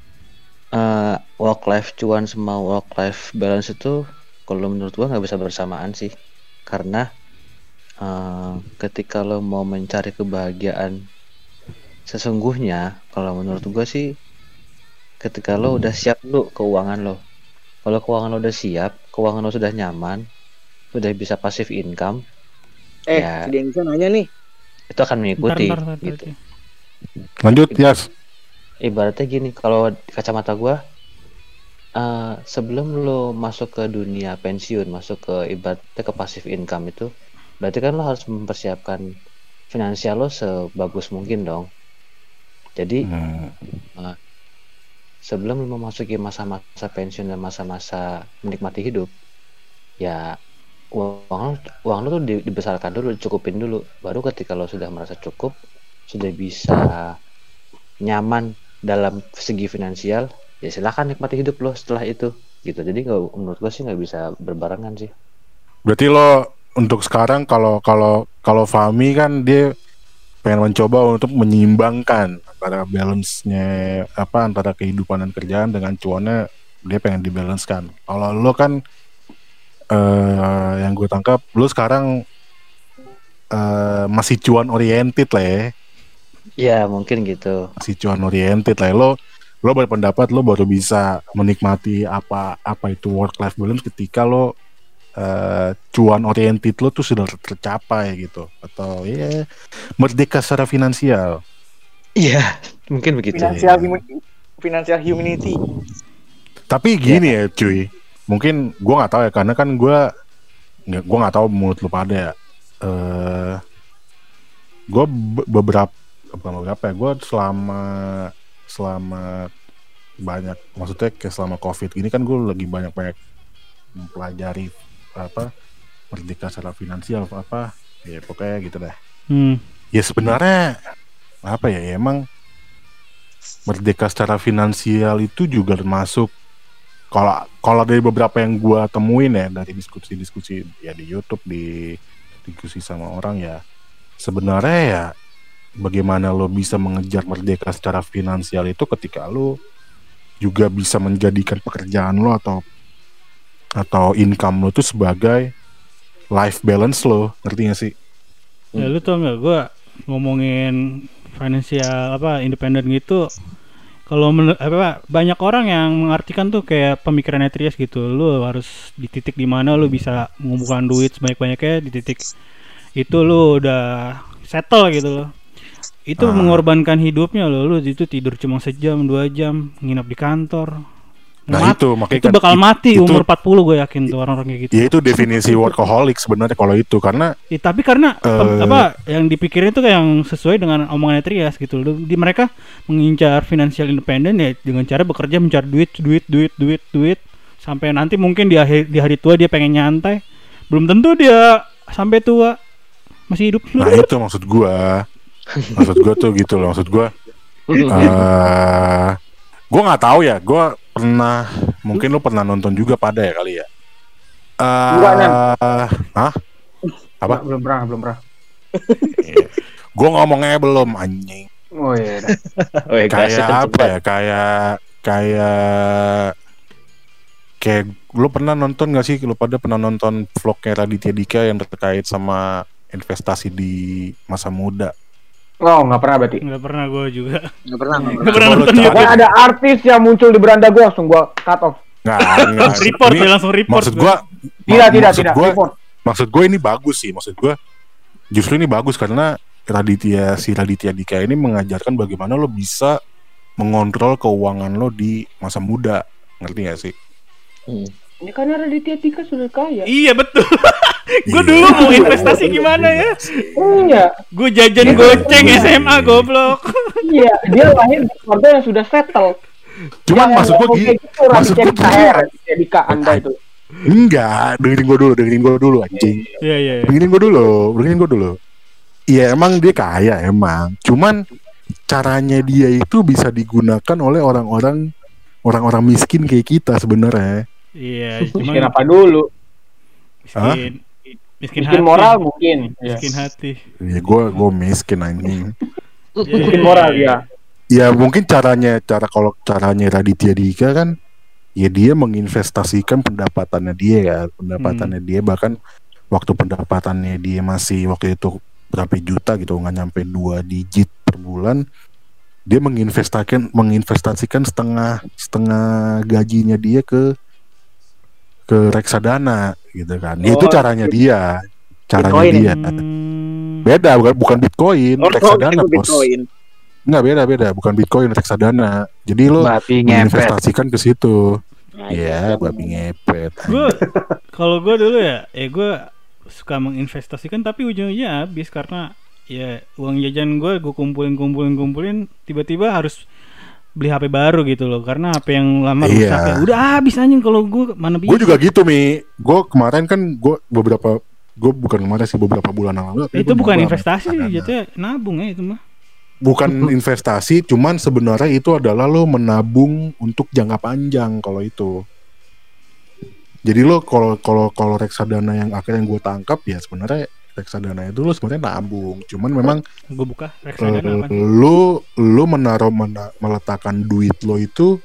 eh, work life cuan sama work life balance itu, kalau menurut gua nggak bisa bersamaan sih, karena eh, ketika lo mau mencari kebahagiaan sesungguhnya, kalau menurut gua sih ketika lo udah siap dulu keuangan lo. Kalau keuangan lo udah siap, keuangan lo sudah nyaman, udah bisa passive income, Eh, Ya. si Denisa nanya nih. itu akan mengikuti Ntar, ntar, ntar, gitu. ntar. Lanjut, Yas. Ibaratnya gini, kalau di kacamata gua, eh, sebelum lo masuk ke dunia pensiun, masuk ke ibaratnya ke passive income itu, berarti kan lo harus mempersiapkan finansial lo sebagus mungkin dong. Jadi Hmm. sebelum lo memasuki masa-masa pensiun dan masa-masa menikmati hidup, ya uang lo, uang lo tuh di- dibesarkan dulu, dicukupin dulu. Baru ketika lo sudah merasa cukup, sudah bisa nyaman dalam segi finansial, ya silakan nikmati hidup lo setelah itu gitu. Jadi nggak, menurut gua sih nggak bisa berbarengan sih. Berarti lo untuk sekarang, kalau kalau kalau Fahmi kan dia pengen mencoba untuk menyeimbangkan antara balance-nya, apa, antara kehidupan dan kerjaan dengan cuannya, dia pengen dibalancekan. Kalau lo kan eh, yang gue tangkap, lo sekarang eh, masih cuan oriented lah ya. Ya mungkin gitu. Masih cuan oriented lah ya. Lo lo berpendapat lo baru bisa menikmati apa apa itu work life balance ketika lo uh, cuan oriented lo tuh sudah tercapai gitu, atau ya merdeka secara finansial. Iya, mungkin begitu. Financial human- financial humanity. Tapi gini ya, ya cuy, mungkin gue nggak tahu ya, karena kan gue nggak gue nggak tahu menurut lu pada ya. Uh, gue be- beberapa bukan beberapa ya, gue selama selama banyak, maksudnya kayak selama covid gini kan gue lagi banyak banyak mempelajari apa merdeka secara finansial apa ya pokoknya gitu deh. Hmm. Ya sebenarnya apa ya, ya emang merdeka secara finansial itu juga termasuk, kalau kalau dari beberapa yang gue temuin ya dari diskusi-diskusi ya di YouTube, di diskusi sama orang ya, sebenarnya ya bagaimana lo bisa mengejar merdeka secara finansial itu ketika lo juga bisa menjadikan pekerjaan lo atau atau income lo tuh sebagai life balance lo, ngerti gak sih? Ya lu tau nggak, gue ngomongin financial apa independen gitu, kalau menur- apa banyak orang yang mengartikan tuh kayak pemikirannya Trias gitu, lu harus di titik di mana lu bisa mengumpulkan duit sebanyak-banyaknya, di titik itu lu udah settle gitu loh. Itu Ah. mengorbankan hidupnya loh, lu itu tidur cuma sejam dua jam, nginap di kantor. Nah Mat- itu makanya itu kan bakal it- mati itu- umur empat puluh, gue yakin tuh orang-orang kayak gitu. ya itu definisi workaholic sebenarnya kalau itu, karena Ya, tapi karena pem- Eh. apa yang dipikirin itu kayak yang sesuai dengan omongannya Trias gitu loh. Di mereka mengincar financial independent ya dengan cara bekerja mencari duit, duit, duit, duit, duit sampai nanti mungkin di akhir di hari tua dia pengen nyantai. Belum tentu dia sampai tua masih hidup. nah itu maksud gua maksud gua tuh gitu loh, maksud gua eh gua nggak tahu ya, gua pernah, mungkin lu pernah nonton juga pada ya kali ya. Eh, Enggak, Nan. hah? Apa? Nggak, belum pernah, belum pernah. Gua ngomongnya belum anjing. Oh iya. dah. Oh, ya, gasnya Kayak kenceng apa ya? Kayak kayak kayak lu pernah nonton gak sih? Lu pada pernah nonton vlognya Raditya Dika yang terkait sama investasi di masa muda? Oh, nggak pernah berarti. Nggak pernah gue juga. Nggak pernah, nggak Nggak pernah. pernah Coba lu nonton cari. juga. Pokoknya ada artis yang muncul di beranda gue langsung gue cut off. Nggak, nggak. Report Ini ya, langsung report. maksud gua. gua Tidak, mak- tidak, maksud tidak. gua, Report. maksud gue ini bagus sih, maksud gue justru ini bagus karena Raditya si Raditya Dika ini mengajarkan bagaimana lo bisa mengontrol keuangan lo di masa muda, ngerti gak sih? Hmm. Ini karena Raditya Dika sudah kaya. Iya betul. Gue Iya. dulu mau investasi gimana ya? Iya, Gue jajan Iya. goceng S M A goblok. iya. Dia lahir di keluarga yang sudah settle. Cuman Jangan maksud gue ngomong gini, kayak gitu, maksud Raditya gue Dika ya, Raditya Dika Anda itu. enggak, dengerin gue dulu, dengerin gue dulu anjing. Iya iya. iya. Dengerin gue dulu, dengerin gue dulu. Iya emang dia kaya emang, cuman caranya dia itu bisa digunakan oleh orang-orang orang-orang miskin kayak kita sebenarnya. Iya, cuma Miskin apa dulu? miskin. Miskin, Miskin hati. moral mungkin. Iya. Miskin hati. Ya gue gue miskin anjing. Iya, Miskin iya, moral iya. ya. Ya mungkin caranya cara kalau caranya Raditya Dika kan ya dia menginvestasikan pendapatannya dia ya, pendapatannya dia bahkan waktu pendapatannya dia masih waktu itu berapa juta gitu, nggak nyampe dua digit per bulan, dia menginvestasikan menginvestasikan setengah setengah gajinya dia ke ke reksadana gitu kan. Ya, itu Oh, caranya dia, caranya Bitcoin. dia. Hmm, Beda bukan bukan Bitcoin, Oh, reksadana oh, bos. Bitcoin. Enggak, beda beda, bukan Bitcoin, reksadana. Jadi lo Babi ngepet. menginvestasikan ke situ. Nah, Iya, itu. babi ngepet. gue kalau gue dulu ya, eh gue suka menginvestasikan tapi ujung-ujungnya habis karena ya uang jajan gue gue kumpulin kumpulin kumpulin tiba-tiba harus beli H P baru gitu loh karena H P yang lama Iya. rusak ya. Udah habis anjing kalau gue mana bisa. Gue juga gitu Mi. Gue kemarin kan gue beberapa gue bukan kemarin sih beberapa bulan yang lalu. tapi Itu gua bukan nabung investasi sih, reksadana. jatuhnya nabung ya itu mah. Bukan investasi, cuman sebenarnya itu adalah lo menabung untuk jangka panjang kalau itu. Jadi lo kalau kalau kalau reksadana yang akhirnya gue tangkap ya sebenarnya reksadana itu lo sebenarnya nabung. Cuman memang Gue buka reksadana apa? Eh, lu lu menaruh mena- meletakkan duit lo itu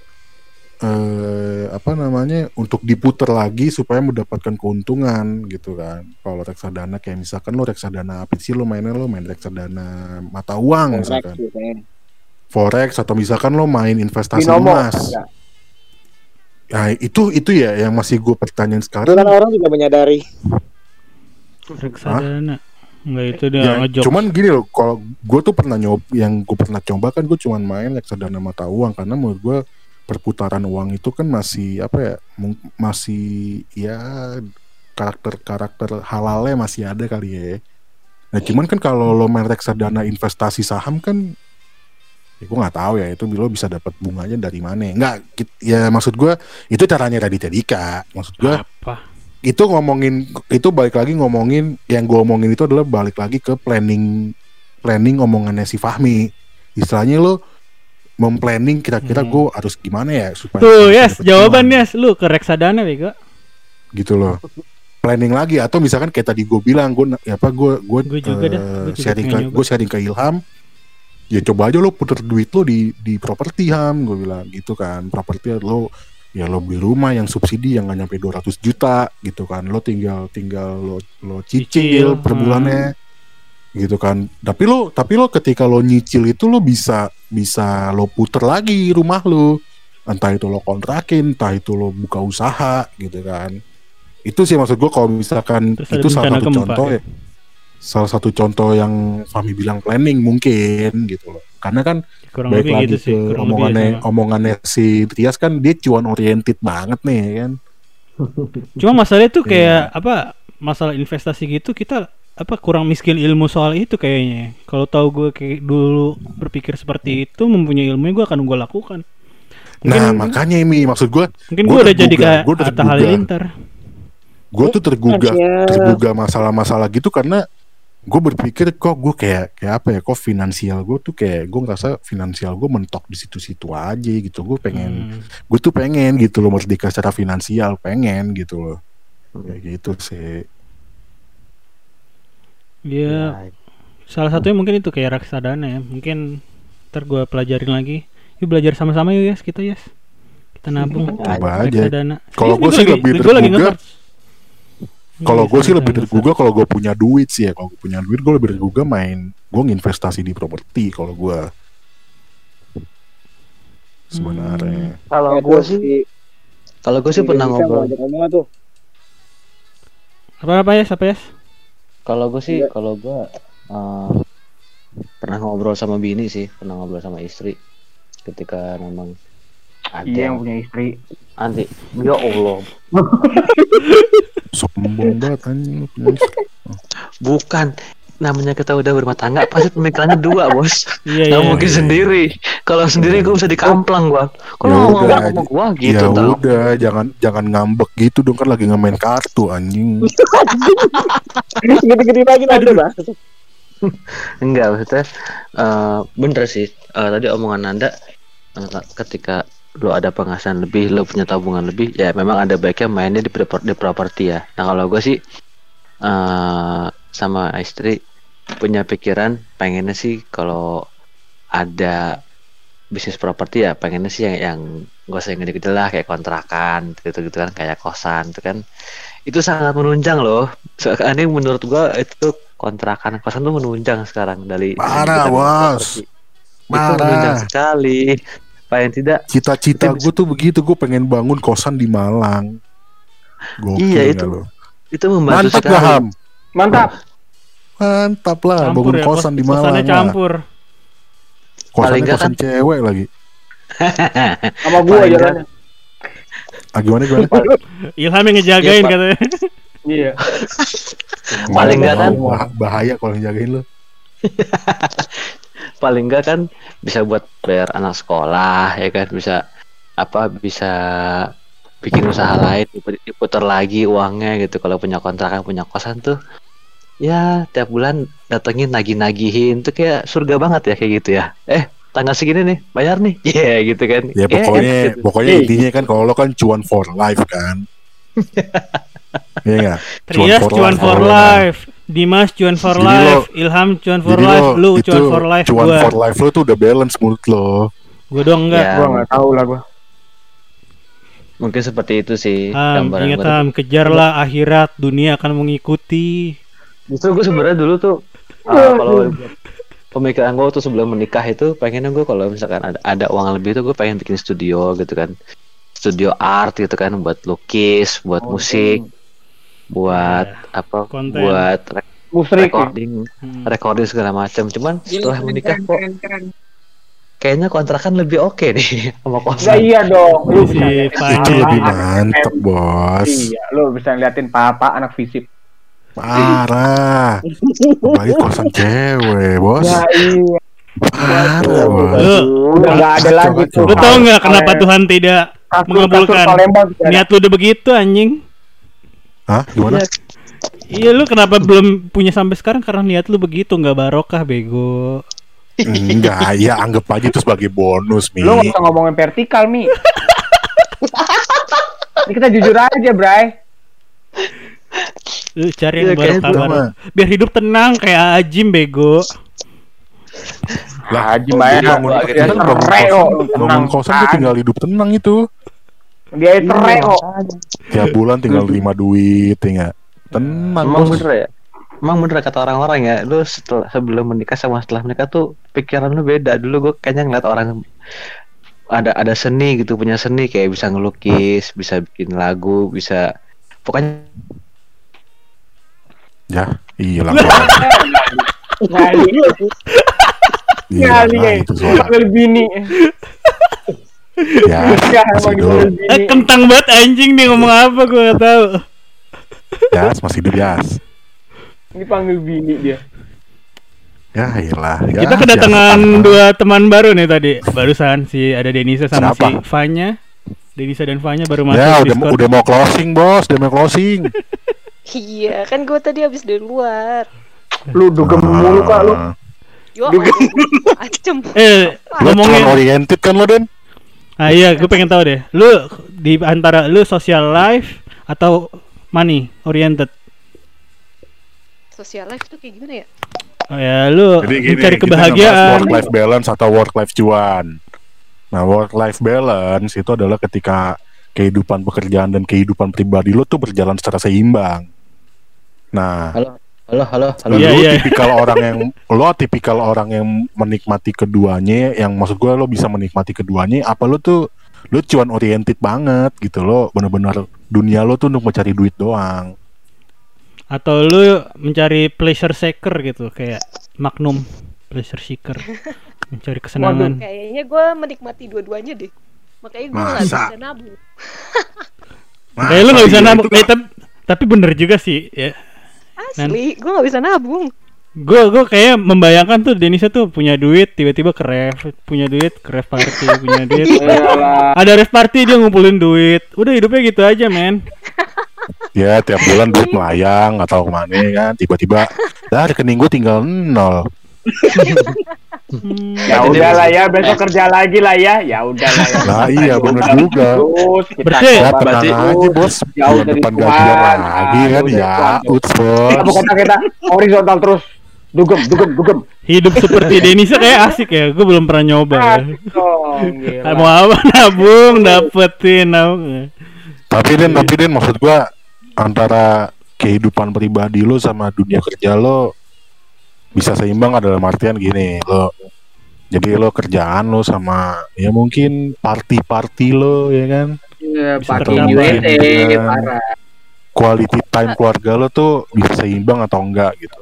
eh apa namanya untuk diputer lagi supaya mendapatkan keuntungan gitu kan. Kalau reksadana kayak misalkan lo reksadana apa sih lo mainnya, lo main reksadana mata uang misalkan, Forex, gitu, kan. forex, atau misalkan lo main investasi Binomo. emas. Ya. Nah, itu itu ya yang masih gue pertanyaan sekarang. Kan orang juga menyadari. Reksadana. Enggak itu dia Ya, ngejok. cuman gini loh, kalau gue tuh pernah nyoba, yang gue pernah coba kan gue cuman main reksadana mata uang karena menurut gue perputaran uang itu kan masih apa ya, mung- masih ya karakter-karakter halalnya masih ada kali ya. Nah cuman kan kalau lo main reksadana investasi saham kan, ya gue nggak tahu ya itu lo bisa dapat bunganya dari mana. Nggak, git- ya maksud gue itu caranya Raditya Dika. Maksud gue Apa? itu ngomongin itu balik lagi ngomongin yang gue omongin itu adalah balik lagi ke planning planning omongannya si Fahmi. Istilahnya lo memplanning kira-kira Hmm. gue harus gimana ya supaya Tuh, bisa yes, dapet jawaban cuan. yes, lu ke reksadana bego. Gitu loh. Planning lagi atau misalkan kayak tadi gue bilang gue ya apa gue gue Gue juga dah, gue juga sharing ke pengen nyoba. gue sharing ke Ilham, ya coba aja lo puter duit lo di di properti Ham, gue bilang gitu kan. Properti lo ya lo beli rumah yang subsidi yang nggak nyampe dua ratus juta gitu kan, lo tinggal tinggal lo lo cicil, Cicil, per hmm. bulannya gitu kan. Tapi lo tapi lo ketika lo nyicil itu lo bisa bisa lo puter lagi rumah lo, entah itu lo kontrakin, entah itu lo buka usaha gitu kan. Itu sih maksud gue kalau misalkan Terus ada itu salah bencana satu gempa, contoh ya? ya. Salah satu contoh yang Fahmi bilang planning mungkin gitu loh. Karena kan Kurang baik lebih lagi gitu ke sih, kurang lebih ya omongannya sama. omongannya si Trias kan dia cuan oriented banget nih kan. Cuma masalahnya tuh kayak Iya. apa? Masalah investasi gitu kita apa kurang miskin ilmu soal itu kayaknya. Kalau tahu gue kayak dulu berpikir seperti itu, mempunyai ilmunya gue akan gue lakukan. Mungkin, Nah makanya ini maksud gue, mungkin gua gue udah jadi tergugah, kayak gua Atta tergugah. Halilintar. gue tuh tergugah Siap. tergugah masalah-masalah gitu karena gue berpikir kok gue kayak kayak apa ya, kok finansial gue tuh kayak gue ngerasa finansial gue mentok di situ-situ aja gitu. Gue pengen Hmm. gue tuh pengen gitu loh merdeka secara finansial, pengen gitu loh kayak gitu sih. Ya, Ya, salah satunya mungkin itu kayak reksadana ya. Mungkin ntar gue pelajarin lagi. Yuk belajar sama-sama yuk yes, kita yes. Kita nabung. Coba aja. Reksadana. Kalau Serius gue nih, sih lagi- lebih gue lagi tergugah. nge-search. Kalau gue sih Nge-search, lebih nge-search. tergugah kalau gue punya duit sih ya. Kalau gue punya duit gue lebih tergugah main gue nginvestasi di properti kalau gue sebenarnya. kalau Ya, gue terus sih si- kalau gue sih si pernah Indonesia mau ngobrol ajak omongan tuh. Apa apa ya, apa ya? kalau gue sih Iya. kalau gue eh, pernah ngobrol sama bini sih, pernah ngobrol sama istri ketika memang ada Iya yang punya istri. anti, ya Allah, Sombong banget anjing lu punya istri. bukan, namanya kita udah berumah tangga pasti pemikirannya dua bos, Iya, nggak iya. mungkin iya. sendiri. Kalau sendiri gue bisa dikamplang gua, Ya kalau mau udah, ngomong sama gua gitu ya tau. udah jangan jangan ngambek gitu dong, kan lagi ngemain kartu anjing. Gede-gede lagi nanti bahas. Enggak, maksudnya eh, bener sih. Eh, tadi omongan Anda eh, ketika lo ada penghasilan lebih, lo punya tabungan lebih, ya memang ada baiknya mainnya di, pro- di properti ya. Nah kalau gue sih eh, sama istri punya pikiran pengennya sih kalau ada bisnis properti ya pengennya sih yang yang gak usah yang gede-gede lah, kayak kontrakan gitu-gitu kan, kayak kosan itu kan, itu sangat menunjang loh. Soalnya menurut gua itu kontrakan kosan tuh menunjang sekarang dari Parah, dari kita bos. properti. Itu Parah. menunjang sekali. Paling tidak Cita-cita Itu gue tuh begitu, gue pengen bangun kosan di Malang. Gokil Iya, nggak itu lo? itu membantu Mantap sekali. gak Ham? Mantap. Mantap lah, Campur bangun ya, kosan kos- di Malang kosannya lah. campur. Paling Kosannya nggak kosan kan- cewek lagi. Sama gua Paling jalannya. Ah gimana gimana? Ilham yang ngejagain Iya, Pak. katanya. Iya. Paling nggak kan? Bah- bahaya kalau yang jagain lo. Paling enggak kan bisa buat bayar anak sekolah ya kan, bisa apa bisa bikin usaha lain, dipu- diputar lagi uangnya gitu. Kalau punya kontrakan, punya kosan tuh ya tiap bulan datengin nagih-nagihin tuh kayak surga banget ya, kayak gitu ya. Eh tanggal segini nih bayar nih, yeah gitu kan. Ya Kayak pokoknya enak gitu. pokoknya Eh, intinya kan kalau lo kan cuan for life kan. Iya nggak? Trias cuan for kalau lo kan. life. Dimas cuan for Jadi life. Ilham cuan for Jadi life. lo Lu itu cuan for life. cuan Gua. for life lo tuh udah balance menurut lo. Gua doang enggak. Ya, Gua nggak tahu lah gua. mungkin seperti itu sih Ham, gambaran ingat gua. Ham, kejarlah akhirat, dunia akan mengikuti. Justru gue sebenarnya dulu tuh uh, kalau pemikiran gue tuh sebelum menikah itu pengennya gue kalau misalkan ada ada uang lebih tuh gue pengen bikin studio gitu kan. studio art gitu kan, buat lukis, buat Oh, musik, ini. buat Ya, apa, konten. buat re- Musrik ya? recording, Hmm. recording segala macam. Cuman setelah Gila, menikah keren, kok keren, keren. kayaknya kontrakan lebih oke nih sama Enggak, kosan. iya dong. Lu Si bisa liatin Fanya Itu papa, lebih dia. anak mantep, F M. bos. Iya, lu bisa liatin papa anak fisip. Parah. Apalagi kosan cewek, bos. Ya iya. Parah, Waduh, bos. Lu, udah nggak ada lagi Kacau, tuh. lu tau nggak Kasus- kenapa Tuhan tidak kasus- mengabulkan? kasus Palembang tidak ada. Niat lu udah begitu anjing. Hah? Gimana? Iya, lu kenapa belum punya sampai sekarang karena niat lu begitu, nggak barokah bego. Enggak, ya anggap aja itu sebagai bonus, Mi. Lu nggak usah ngomongin vertikal, Mi. Ini kita jujur aja, Bray. Lu cari Iya, yang kayaknya barokah sama. barokah. Biar hidup tenang kayak Ajim bego. Lah, Haji lu Maya, bangun, gua dia akhirnya kan bangun cerai kok, kosan, tenang bangun kosan tuh kan. tinggal hidup tenang itu. Dia cerai kok. Tiap bulan tinggal terima duit, tinggal tenang. Emang Bos. bener ya? Emang bener kata orang-orang ya, lu setelah sebelum menikah sama setelah menikah tuh pikiran lu beda. Dulu gue kayaknya ngeliat orang ada ada seni gitu, punya seni kayak bisa ngelukis, bisa bikin lagu, bisa pokoknya Ya, iya lah. Ngali, Iya ngali, lah, itu suara. panggil bini. Ya, Ya, masih emang hidup. dipanggil Eh, bini. kentang banget anjing nih ngomong apa gue gak tahu. Yas, masih hidup, Yas. Dipanggil bini dia. Ya, iyalah. Ya, Kita kedatangan biasa. dua teman baru nih tadi. Barusan si ada Denisa sama Siapa? si Fanya. Denisa dan Fanya baru masuk Ya, di udah, Discord. udah mau closing, bos. Udah mau closing. Iya, kan gue tadi habis dari luar. Lu dugem mulu kak lu. Ah. Yo, acem. Eh, Lu cuman ngomongin. oriented kan lo, Den? Ah iya, gue pengen tahu deh. Lu di antara lu social life atau money oriented? Social life tuh kayak gimana ya? Oh ya, lu Jadi gini, mencari kita kebahagiaan. ngebahas work life balance atau work life cuan. Nah, work life balance itu adalah ketika kehidupan pekerjaan dan kehidupan pribadi lo tuh berjalan secara seimbang. Nah, halo halo halo halo. lo Iya, iya. tipikal orang yang lo tipikal orang yang menikmati keduanya, yang maksud gue lo bisa menikmati keduanya, apa lo tuh lo cuan oriented banget gitu, lo bener-bener dunia lo tuh untuk mencari duit doang. Atau lu mencari pleasure seeker gitu, kayak Magnum pleasure seeker, mencari kesenangan. Kayaknya gue menikmati dua-duanya deh. Makanya gue nggak Masa? bisa nabung. Kayak lu nggak bisa iya, nabung, itu eh, tapi, tapi bener juga sih ya. Asli, gue nggak bisa nabung. Gue gue kayak membayangkan tuh Denisa tuh punya duit, tiba-tiba ke rave, punya duit ke rave party, punya duit. Iyalah. Ada rave party dia ngumpulin duit, udah hidupnya gitu aja men. Ya tiap bulan duit melayang atau kemana kan, tiba-tiba dah rekening gue tinggal nol. Hmm. Ya udahlah ya, besok kerja lagi lah ya. Ya udahlah ya. Nah iya bener juga. Terus kita Berarti- Ya coba tenang Berarti- aja bos, Jauh bulan dari depan Tuhan. gajian lagi Ah, kan jauh ya, dari Tuhan. uts Kita bos. pokoknya kita horizontal terus. Dugem, dugem, dugem. Hidup seperti Denisa kayak asik ya, gue belum pernah nyoba. Ya. Asik dong, gila. Ah, mau apa nabung, dapetin nabung. Tapi Den, tapi Den maksud gua antara kehidupan pribadi lo sama dunia kerja lo bisa seimbang adalah artian gini, lo jadi lo kerjaan lo sama ya mungkin party-party lo ya kan, Iya, Bisa pakai tergambar. duit eh Dengan parah. quality time keluarga lo tuh bisa seimbang atau enggak gitu.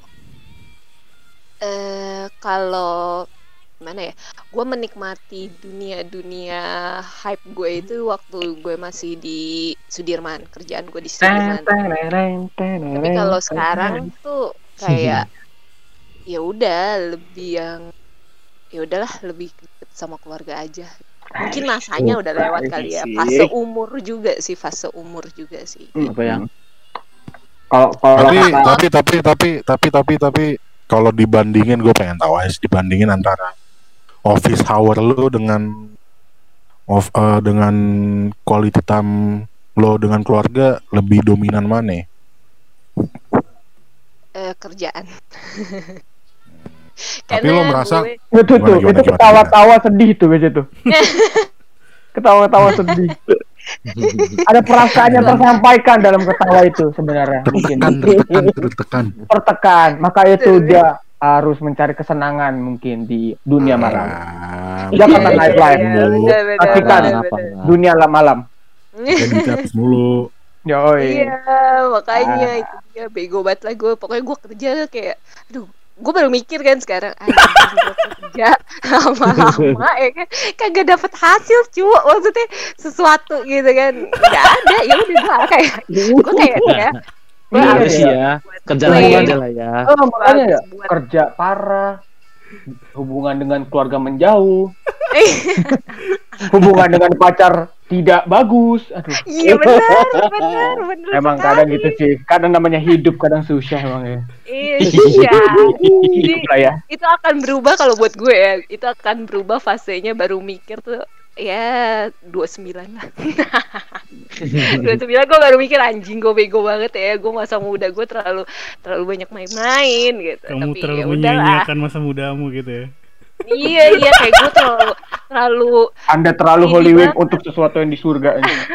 Eh, kalau mana ya? Gue menikmati dunia-dunia hype gue itu waktu gue masih di Sudirman, kerjaan gue di Sudirman. Tapi kalau sekarang tuh kayak ya udah lebih yang ya udahlah lebih deket sama keluarga aja. Mungkin masanya udah lewat kali ya. Fase umur juga sih, fase umur juga sih. Apa yang Kalau kalau Tapi kata- tapi tapi tapi tapi tapi tapi kalau dibandingin gue pengen tahu aja dibandingin antara office hour lo dengan of eh, dengan quality time lo dengan keluarga lebih dominan mana? Eh, kerjaan. Tapi lo merasa- gue- itu tuh, Gimana, gimana, itu gimana, ketawa-tawa sedih tuh biasa tuh. Ketawa-tawa sedih. Ada perasaan yang tersampaikan dalam ketawa itu sebenarnya. Mungkin Tertekan, tertekan, tertekan. tertekan, maka itu dia harus mencari kesenangan mungkin di dunia malam. Ah, Jakarta Iya, nightlife, iya, bener, bener, Pastikan. bener, bener. dunia malam. Makanya duitnya habis mulu. Yoi. Iya, makanya itu dia bego banget lah gue. Pokoknya gue kerja kayak, aduh, gue baru mikir kan sekarang, anjing gue kerja lama-lama ya kan, kagak dapet hasil cu, maksudnya sesuatu gitu kan, nggak ada, ya udah gue kayak, gue kayak ya, gue Iya, harus iya. ya kerja Gue lagi ya. aja lah ya. Oh, makanya ya, Buat- kerja parah, hubungan dengan keluarga menjauh, hubungan dengan pacar tidak bagus. Aduh. Iya benar, benar, benar. Emang kadang gitu sih. Kadang namanya hidup, kadang susah emang ya. Iya. Jadi Hidup lah ya. itu akan berubah kalau buat gue ya. Itu akan berubah fasenya baru mikir tuh ya dua puluh sembilan lah. dua puluh sembilan gue baru mikir anjing gue bego banget ya. Gue masa muda gue terlalu terlalu banyak main-main gitu. Kamu Tapi terlalu ya udahlah. menyanyiakan masa mudamu gitu ya. Iya iya kayak gue terlalu terlalu Anda terlalu Ini Hollywood banget. untuk sesuatu yang di surga.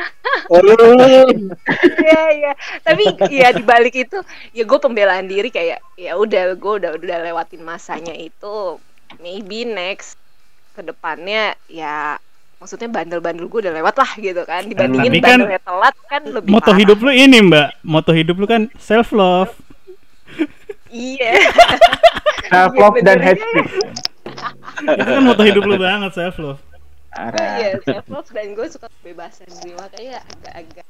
iya iya. Tapi ya di balik itu ya gue pembelaan diri kayak ya udah gue udah udah lewatin masanya itu. Maybe next kedepannya ya maksudnya bandel-bandel gue udah lewat lah gitu kan dibandingin Tapi kan bandelnya telat kan lebih Moto parah. hidup lu ini mbak, moto hidup lu kan self love. Iya. Self love Iya, dan bener hate aja. speech. Itu kan moto hidup lu banget, self love. Iya self love dan gue suka kebebasan diri makanya agak-agak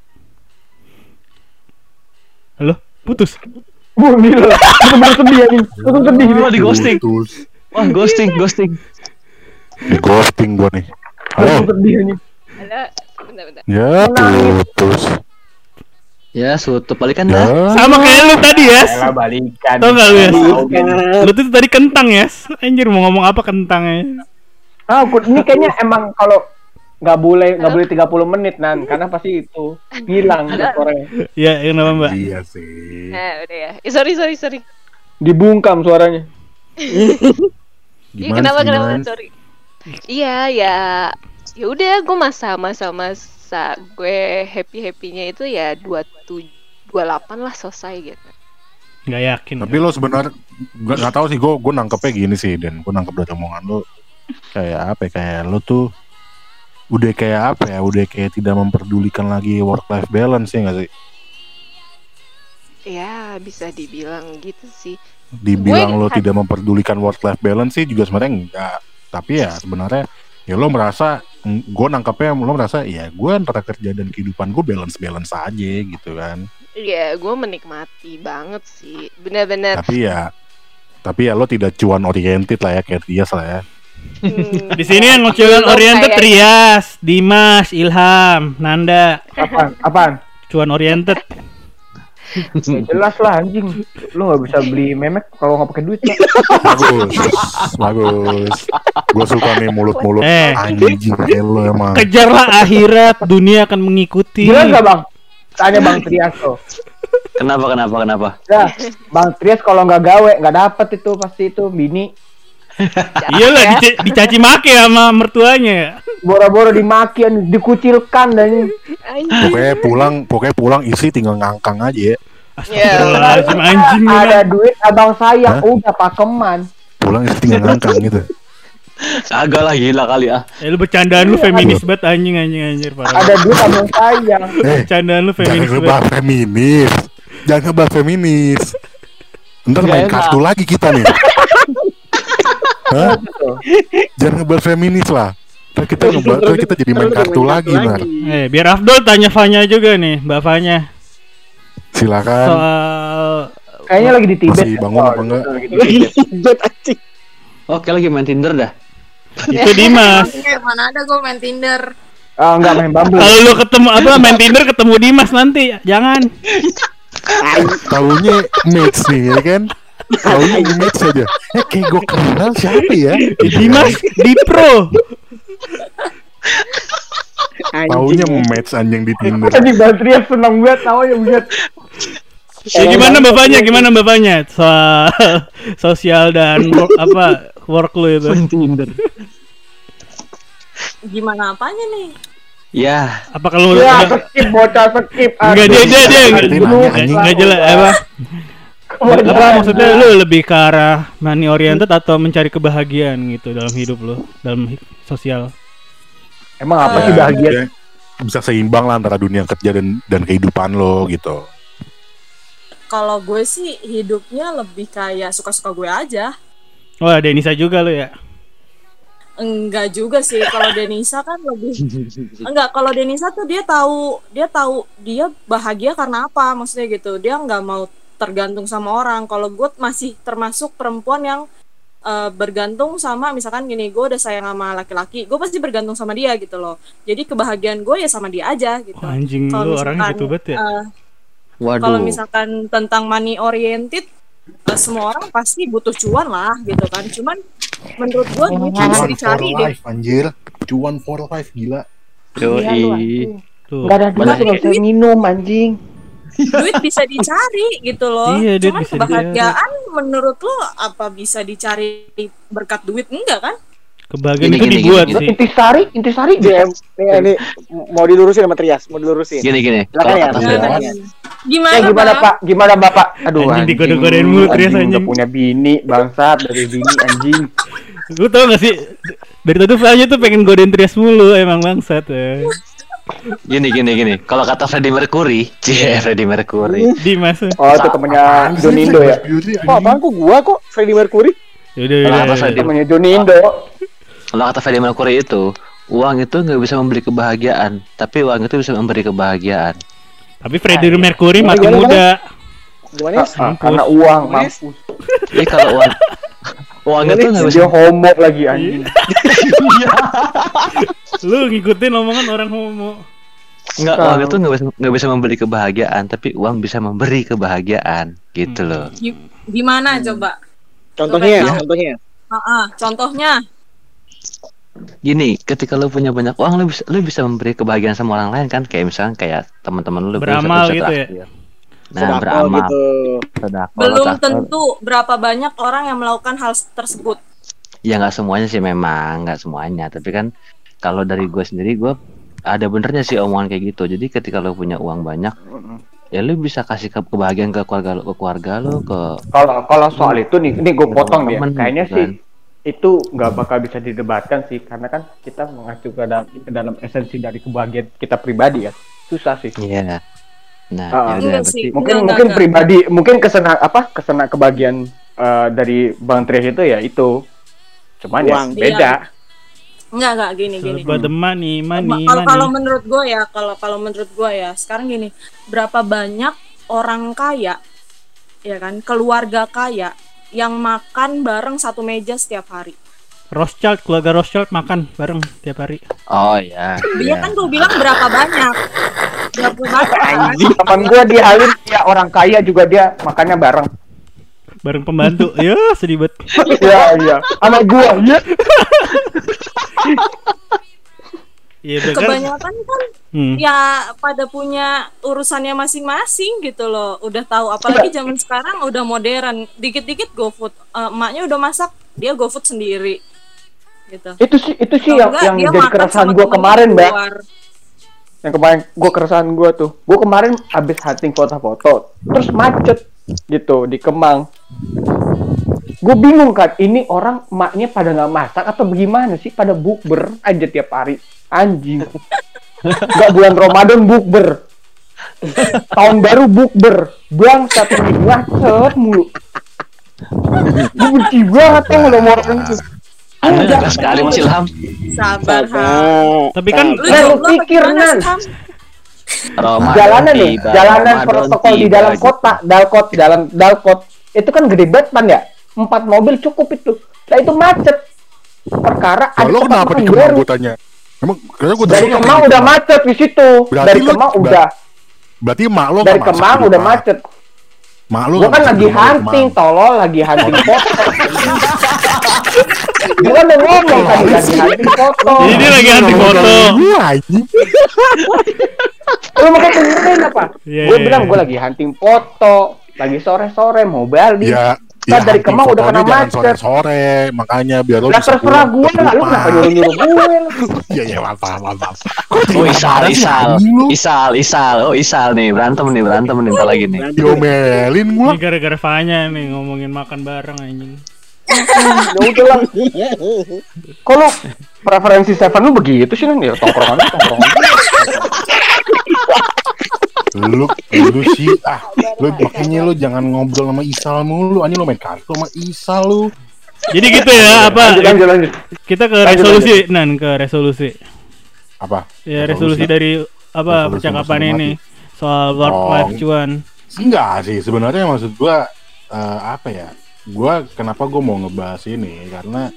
Halo, putus. Wah, gila. Bener-bener sedih anjing. Langsung sedih. Wah, di ghosting. Putus. Wah, ghosting, ghosting. Di ghosting gua nih. Langsung Halo. sedih anjing. ada bentar-bentar. Ya, putus. Ya, sutup balikan Ya. dah. Sama kayak lu tadi ya. Elah balikan. Tau gak lu ya? Tahu. Lu tuh tadi kentang ya. Anjir mau ngomong apa kentangnya? Ah, aku- ini kayaknya emang kalau nggak boleh nggak boleh tiga puluh menit nan karena pasti itu hilang suaranya, Ya, kenapa mbak? Iya sih. Nah udah ya eh, sorry sorry sorry dibungkam suaranya. Iya Gimana kenapa sih, kenapa Man? sorry iya ya ya udah gue masa masa masa gue happy happynya itu ya dua tujuh dua delapan lah selesai gitu. Nggak yakin. Tapi lo sebenarnya nggak nggak tahu sih, gue gue nangkepnya gini sih, dan gue nangkep dari omongan lo kayak apa ya, kayak lo tuh udah kayak apa ya, udah kayak tidak memperdulikan lagi work life balance ya nggak sih? Ya bisa dibilang gitu sih. Dibilang Gue- lo tidak memperdulikan work life balance sih juga sebenarnya enggak, tapi ya sebenarnya ya lo merasa, gue nangkepnya lo merasa ya gue antara kerja dan kehidupan gue balance balance aja gitu kan. Iya gue menikmati banget sih benar-benar. Tapi ya tapi ya lo tidak cuan oriented lah ya kayak dia lah ya. hmm, Di sini yang ngocilin Belum oriented kayak- Trias, Dimas, Ilham, Nanda, Apaan? Apaan? cuan oriented. Ya jelas lah anjing. Lu nggak bisa beli memek kalau nggak pakai duit. Pak. Bagus, bagus. Gue suka nih mulut-mulut Eh. anjing kayak lo emang. Kejarlah akhirat, dunia akan mengikuti. Jelas nggak bang? Tanya bang Trias tuh. Kenapa, kenapa, kenapa? Ya, bang Trias kalau nggak gawe nggak dapet itu pasti itu bini. Iyalah dic- dicaci maki sama mertuanya ya. Boro-boro dimaki, dikucilkan dan anjing. Pokoknya pulang, pokoknya pulang isi tinggal ngangkang aja ya. Astagfirullahaladzim anjing lu, ada Man. duit abang sayang Hah? udah pakeman. Pulang isi tinggal ngangkang gitu. Agak lah, gila kali ah. Eh lu bercandaan lu feminis banget anjing anjing anjir parah. Ada duit abang sayang. Eh, Bercandaan lu jangan feminis ngebahas banget. feminis. Jangan ngebahas feminis. Ntar Gak main enak. kartu lagi kita nih. Hah? Jangan ngebahas feminis lah. Ntar kita ngebahas, ntar kita jadi main kartu lagi, Nar. Eh biar Afdol tanya Fanya juga nih, Mbak Fanya. Silakan. Soal Kayaknya lagi di Tibet. Masih bangun apa enggak? Lagi di Tibet. Oke, lagi main Tinder dah. itu Dimas. Kayak mana ada gue main Tinder. Ah enggak main Bumble. Kalau lu ketemu apa main Tinder ketemu Dimas nanti, jangan. Taunya match nih ya kan? Taunya match aja. Eh kayak gue kenal siapa ya? Dimas di pro. Taunya match anjing di Tinder. Tadi Bang Trias seneng banget tawanya buset. Ya, gimana bapaknya? Gimana bapaknya? Soal sosial dan work, apa work lu itu? Main Tinder. Gimana apanya nih? Ya, Apa kalau Ya enggak skip bocah skip. enggak dia dia dia Berarti nanya, anjing. enggak jelas apa? Apa maksudnya lu lebih ke arah money oriented atau mencari kebahagiaan gitu dalam hidup lu, dalam hi- sosial? Emang apa sih Ya, bahagia? ya, bisa seimbang lah antara dunia kerja dan dan kehidupan lo gitu. Kalau gue sih hidupnya lebih kayak suka-suka gue aja. Wah, Denisa juga lo ya? Enggak juga sih, kalau Denisa kan lebih enggak, kalau Denisa tuh dia tahu dia tahu dia bahagia karena apa, maksudnya gitu. Dia nggak mau tergantung sama orang. Kalau gue masih termasuk perempuan yang uh, bergantung sama, misalkan gini, gue udah sayang sama laki-laki, gue pasti bergantung sama dia gitu loh. Jadi kebahagiaan gue ya sama dia aja gitu. Oh, anjing, Kalau lu misalkan, orangnya gitu banget ya? uh, Waduh. Kalau misalkan tentang money oriented, uh, semua orang pasti butuh cuan lah gitu kan. Cuman menurut gue duit bisa Cuan for dicari deh. life anjir. Cuan for life gila. Yoi. Tuh. Nggak ada duit Mana- nggak bisa minum anjing. Duit bisa dicari gitu loh. Iya, duit Cuman bisa kebahagiaan menurut lo apa bisa dicari berkat duit? Enggak kan? Kebahagiaan Gini, itu gini, dibuat gini, sih. Intisari, intisari Nih, dia. em, nih, nih, mau dilurusin sama Trias, mau dilurusin. Gini gini. Silakan Kalau ya, kata silakan. Freddy, ya. Gimana, Eh gimana Bang? Pak? Gimana Bapak? Aduh Anjing, anjing. dikode-kodein mulu, Trias, Anjing, anjing. udah punya bini, bangsat dari bini anjing. Lu tau gak sih? Dari tadi Fanya tuh pengen godain Trias mulu, emang bangsat ya. gini gini gini. Kalau kata Freddie Mercury, cie Freddie Mercury. Dimas. Oh, itu temennya Jonindo ya. Oh, apaan kok gua kok Freddie Mercury? Yaudah, Kalau yaudah. kata Freddie, Temennya Jonindo. kalau kata Freddie Mercury itu, uang itu nggak bisa membeli kebahagiaan, tapi uang itu bisa memberi kebahagiaan. Tapi Freddie Mercury Gimana, mati gimana, muda. Gimana ya? Ah, karena uang Mampus. mampus. Jadi kalau uang uang itu nggak bisa Dia homo lagi anjing. Lu ngikutin omongan orang homo. nggak uang itu nggak bisa nggak bisa membeli kebahagiaan, tapi uang bisa memberi kebahagiaan, gitu loh. Gi- Gimana coba? Contohnya, Coba tahu. contohnya. Ah, ah, contohnya. Gini, ketika lu punya banyak uang, lu bisa lu bisa memberi kebahagiaan sama orang lain kan, kayak misalnya kayak teman-teman lu Beramal bisa- bisa gitu ya? traktir. Nah, Sedako beramal, gitu. sedekah, Belum traktir. tentu berapa banyak orang yang melakukan hal tersebut. Ya nggak semuanya sih, memang nggak semuanya, tapi kan kalau dari gue sendiri, gue ada benernya sih omongan kayak gitu. Jadi ketika lo punya uang banyak, ya lo bisa kasih ke kebahagiaan ke keluarga lo, ke keluarga lo, ke Kalau kalau soal itu nih, ini gue potong dia. Temen, Kayaknya kan. sih itu nggak bakal bisa didebatkan sih, karena kan kita mengacu ke dalam, ke dalam esensi dari kebahagiaan kita pribadi ya. Susah sih. iya. Nah, Ah, ya udah Enggak berarti sih. Mungkin Enggak, mungkin enggak, pribadi, mungkin kesena apa kesena kebahagiaan eh, dari Bang Trias itu ya itu. Cuman Uang. ya beda. Enggak, enggak gini gini. About the money, money, Kalau kalau money. menurut gue ya, kalau kalau menurut gue ya, sekarang gini, berapa banyak orang kaya, ya kan, keluarga kaya yang makan bareng satu meja setiap hari. Rothschild, keluarga Rothschild makan bareng tiap hari. oh ya. Dia kan gue bilang berapa banyak, berapa banyak kan? Anjing, teman gue di Halim ya orang kaya juga dia makannya bareng. Bareng pembantu. Ya, sedih banget. Iya iya. Sama gue ya. Iya, bener kan? Kebanyakan kan Hmm. ya pada punya urusannya masing-masing gitu loh. Udah tahu, apalagi zaman sekarang udah modern. Dikit-dikit GoFood, Eh, emaknya udah masak, dia GoFood sendiri. Gitu. Itu sih itu sih Atau yang enggak, yang dia jadi makan keresahan sama gue temennya kemarin, di Mbak. luar. Yang kemarin gue keresahan gue tuh. Gue kemarin abis hunting foto-foto, terus macet gitu di Kemang. Gue bingung kan, ini orang emaknya pada nggak masak atau bagaimana sih, pada bukber aja tiap hari, anjing. Gak bulan Ramadan bukber, tahun baru bukber, bangsat ini macet mulu. Gue benci banget tuh udah mau orang itu. Anda jaga sekali Mas Ilham. Sabar, Ham. Sabar. Tapi kan Lu Nah, lu jomblo apa pikir, gimana Nan? sih, Ham? Ramadan Jalanan nih, tiba, jalanan Ramadan protokol di tiba, dalam gitu. kota, dalkot, dalam dalkot, itu kan gede banget pan ya, empat mobil cukup itu. Nah itu macet. Perkara ada Kalau tempat kenapa makan di Kemang baru. gue tanya? Emang karena gue Dari Kemang udah macet di situ. Berarti Dari lu- Kemang ber- udah, Berarti mak lo dari nggak masak Kemang di udah rumah. macet. Mak lo Gua nggak kan masak lagi di rumah di hunting, Kemang. tolol, lagi hunting foto. Gua udah ngomong tadi lagi hunting foto. jadi dia lagi hunting foto. Iya, anjing. Lu mau dengerin apa? Iya, Gue iya, bilang iya. gue lagi hunting foto, lagi sore-sore mau balik. Ya, Kan ya dari hunting Kemang udah fotonya kena jangan macet. sore-sore, makanya biar lo Lah bisa terserah pulang gue ke lah, lu rumah. kenapa nyuruh-nyuruh gue? Iya, iya, maaf, maaf, maaf, maaf. Oh Isal, Isal, Anjing lu. Isal, Isal, oh Isal nih berantem nih, berantem nih ntar lagi nih. Diomelin Ini gua. gara-gara Fanya nih ngomongin makan bareng anjing. Ya udah lah. Kalau preferensi Stefan lu begitu sih, Nan? Ya tongkrongan tongkrongan. lu sih ah, lu makanya lu jangan ngobrol sama Isal mulu, anjing lu main kartu sama Isal lu. Jadi gitu ya, apa? Lanjut, lanjut, lanjut. Kita ke Lanjut, resolusi, Nan, ke resolusi. Apa? Ya, resolusi dari apa Resolusi percakapan masing-masing. ini soal work Oh. life cuan. Enggak sih, sebenarnya maksud gua eh, apa ya? Gua kenapa gua mau ngebahas ini karena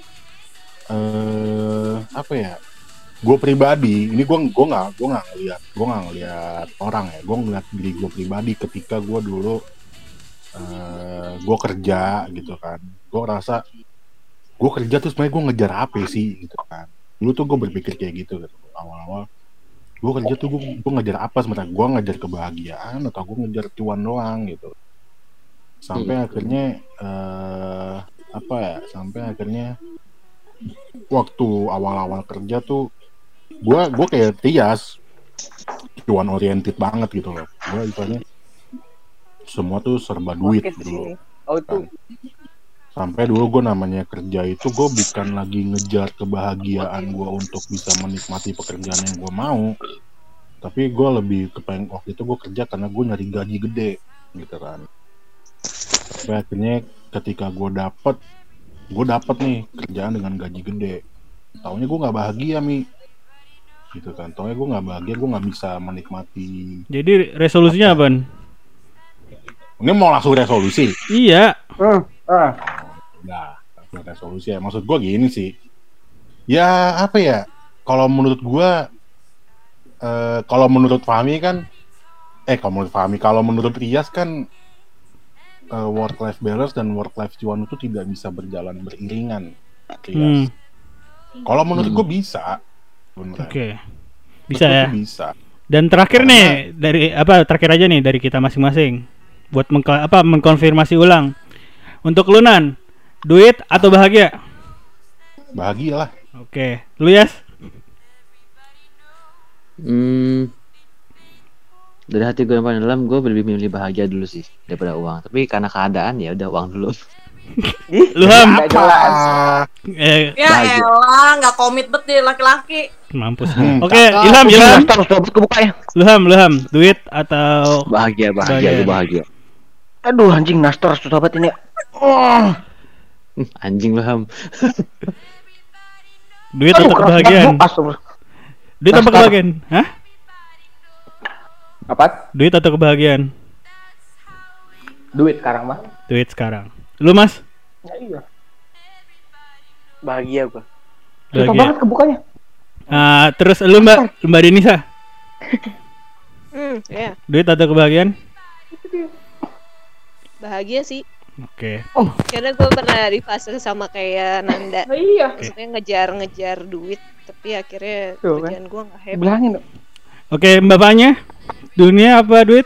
eh apa ya? Gue pribadi, ini gue gue nggak gue nggak ngeliat gue nggak ngeliat orang ya, gue ngeliat diri gue pribadi ketika gue dulu uh, gue kerja gitu kan, gue rasa gue kerja tuh sebenarnya gue ngejar apa sih gitu kan, dulu tuh gue berpikir kayak gitu gitu awal-awal gue kerja tuh gue gue ngejar apa sebenarnya, gue ngejar kebahagiaan atau gue ngejar cuan doang gitu, sampai akhirnya uh, apa ya, sampai akhirnya waktu awal-awal kerja tuh gue gue kayak Tias, cuan oriented banget gitu loh. Gue istilahnya semua tuh serba duit dulu. Oh itu. Sampai dulu gue namanya kerja itu gue bukan lagi ngejar kebahagiaan gue untuk bisa menikmati pekerjaan yang gue mau, tapi gue lebih kepengen waktu itu gue kerja karena gue nyari gaji gede gitu kan. Sampai akhirnya ketika gue dapet gue dapet nih kerjaan dengan gaji gede, taunya gue nggak bahagia mi gitu kan, taunya gue nggak bahagia, gue nggak bisa menikmati. Jadi resolusinya apa? Ini mau langsung resolusi? Iya. Hmm. Ah. Nah, langsung resolusi ya, maksud gue gini sih, ya apa ya, kalau menurut gue eh, kalau menurut Fahmi kan eh kalau menurut Fahmi kalau menurut Rias kan uh, work life balance dan work life cuan itu tidak bisa berjalan beriringan. Hmm. Kalau menurut Hmm. gue bisa. Beneran. Oke. Bisa Menurut ya. gue bisa. Dan terakhir nih dari apa terakhir aja nih dari kita masing-masing buat mengka- apa mengkonfirmasi ulang. Untuk lu Nan, duit atau bahagia? Bahagia lah. Oke. Lu Yas? Hmm, dari hati gue yang paling dalam, gue lebih milih bahagia dulu sih daripada uang. Tapi karena keadaan ya udah uang dulu. Lu Ham? Nggak jelas. Eh, Ya Bahagia. elah, nggak komit bet deh laki-laki. mampus. Hmm, Oke, Ilham, Ini Ilham. nastar harus kebuka ya. Lu Ham, lu Ham, duit atau Bahagia, bahagia, Bahagia. itu bahagia. Aduh anjing nastar susah banget ini. Oh. Hmm, Anjing lu Ham. duit atau kebahagiaan? Astagfirullah. Duit atau Nastar. kebahagiaan? Hah? Apa? Duit atau kebahagiaan? Duit sekarang mah. Duit sekarang. Lu Mas? Ya, iya. Bahagia gua. Susah Bahagia. banget kebukanya. Ah, terus lu Mbak, Mbak Denisa, Hmm, ya, duit atau kebahagiaan? bahagia sih. Oke. Karena gue pernah di fase sama kayak Nanda. Oh, iya. Maksudnya ngejar-ngejar duit, tapi akhirnya Tuh, kan. kerjaan gue nggak happy. Bilangin dong. Oke, Mbak Fanya, dunia apa duit?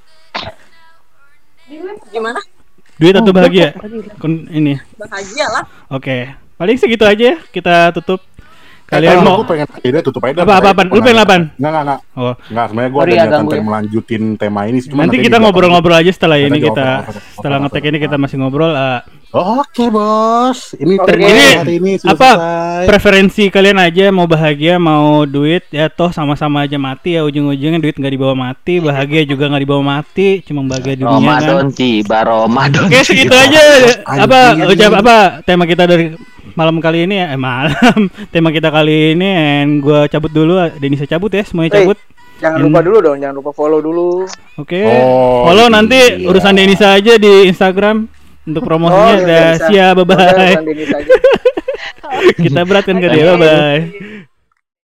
Gimana? Duit atau Oh, bahagia? bahagia. Kon- ini. Bahagia lah. Oke. Paling segitu aja ya, kita tutup. Kalian Eh, mau aku pengen ide tutup aja. apa apa Lu pengen apaan? Enggak, enggak, enggak. Oh, Enggak, sebenarnya gue Sorry ada ya, niatan ganggu pengen ya. melanjutin tema ini. cuma nanti kita dijawab ngobrol-ngobrol aja setelah Kita ini jawab kita apa, apa, apa, setelah apa, ngetek apa, ini apa. kita masih ngobrol. ah, Oke, Bos. Ini Oke. tema Ini hari ini sudah apa? selesai. Preferensi kalian aja mau bahagia mau duit ya toh sama-sama aja mati ya ujung-ujungnya duit nggak dibawa mati, bahagia juga nggak dibawa mati, cuma bahagia dunia kan. Ramadan tiba, Ramadan. Oke segitu aja apa ucap apa tema kita dari malam kali ini ya eh malam tema kita kali ini and gua cabut dulu, Denisa cabut ya semuanya Eh, cabut. Jangan In- lupa dulu dong, jangan lupa follow dulu. Oke. Oh, Follow iya. nanti urusan Denisa aja di Instagram untuk promosinya. iya, Dah bisa. siap, bye Udah, bye. urusan Dennis aja. Kita beratkan ke dia, bye bye.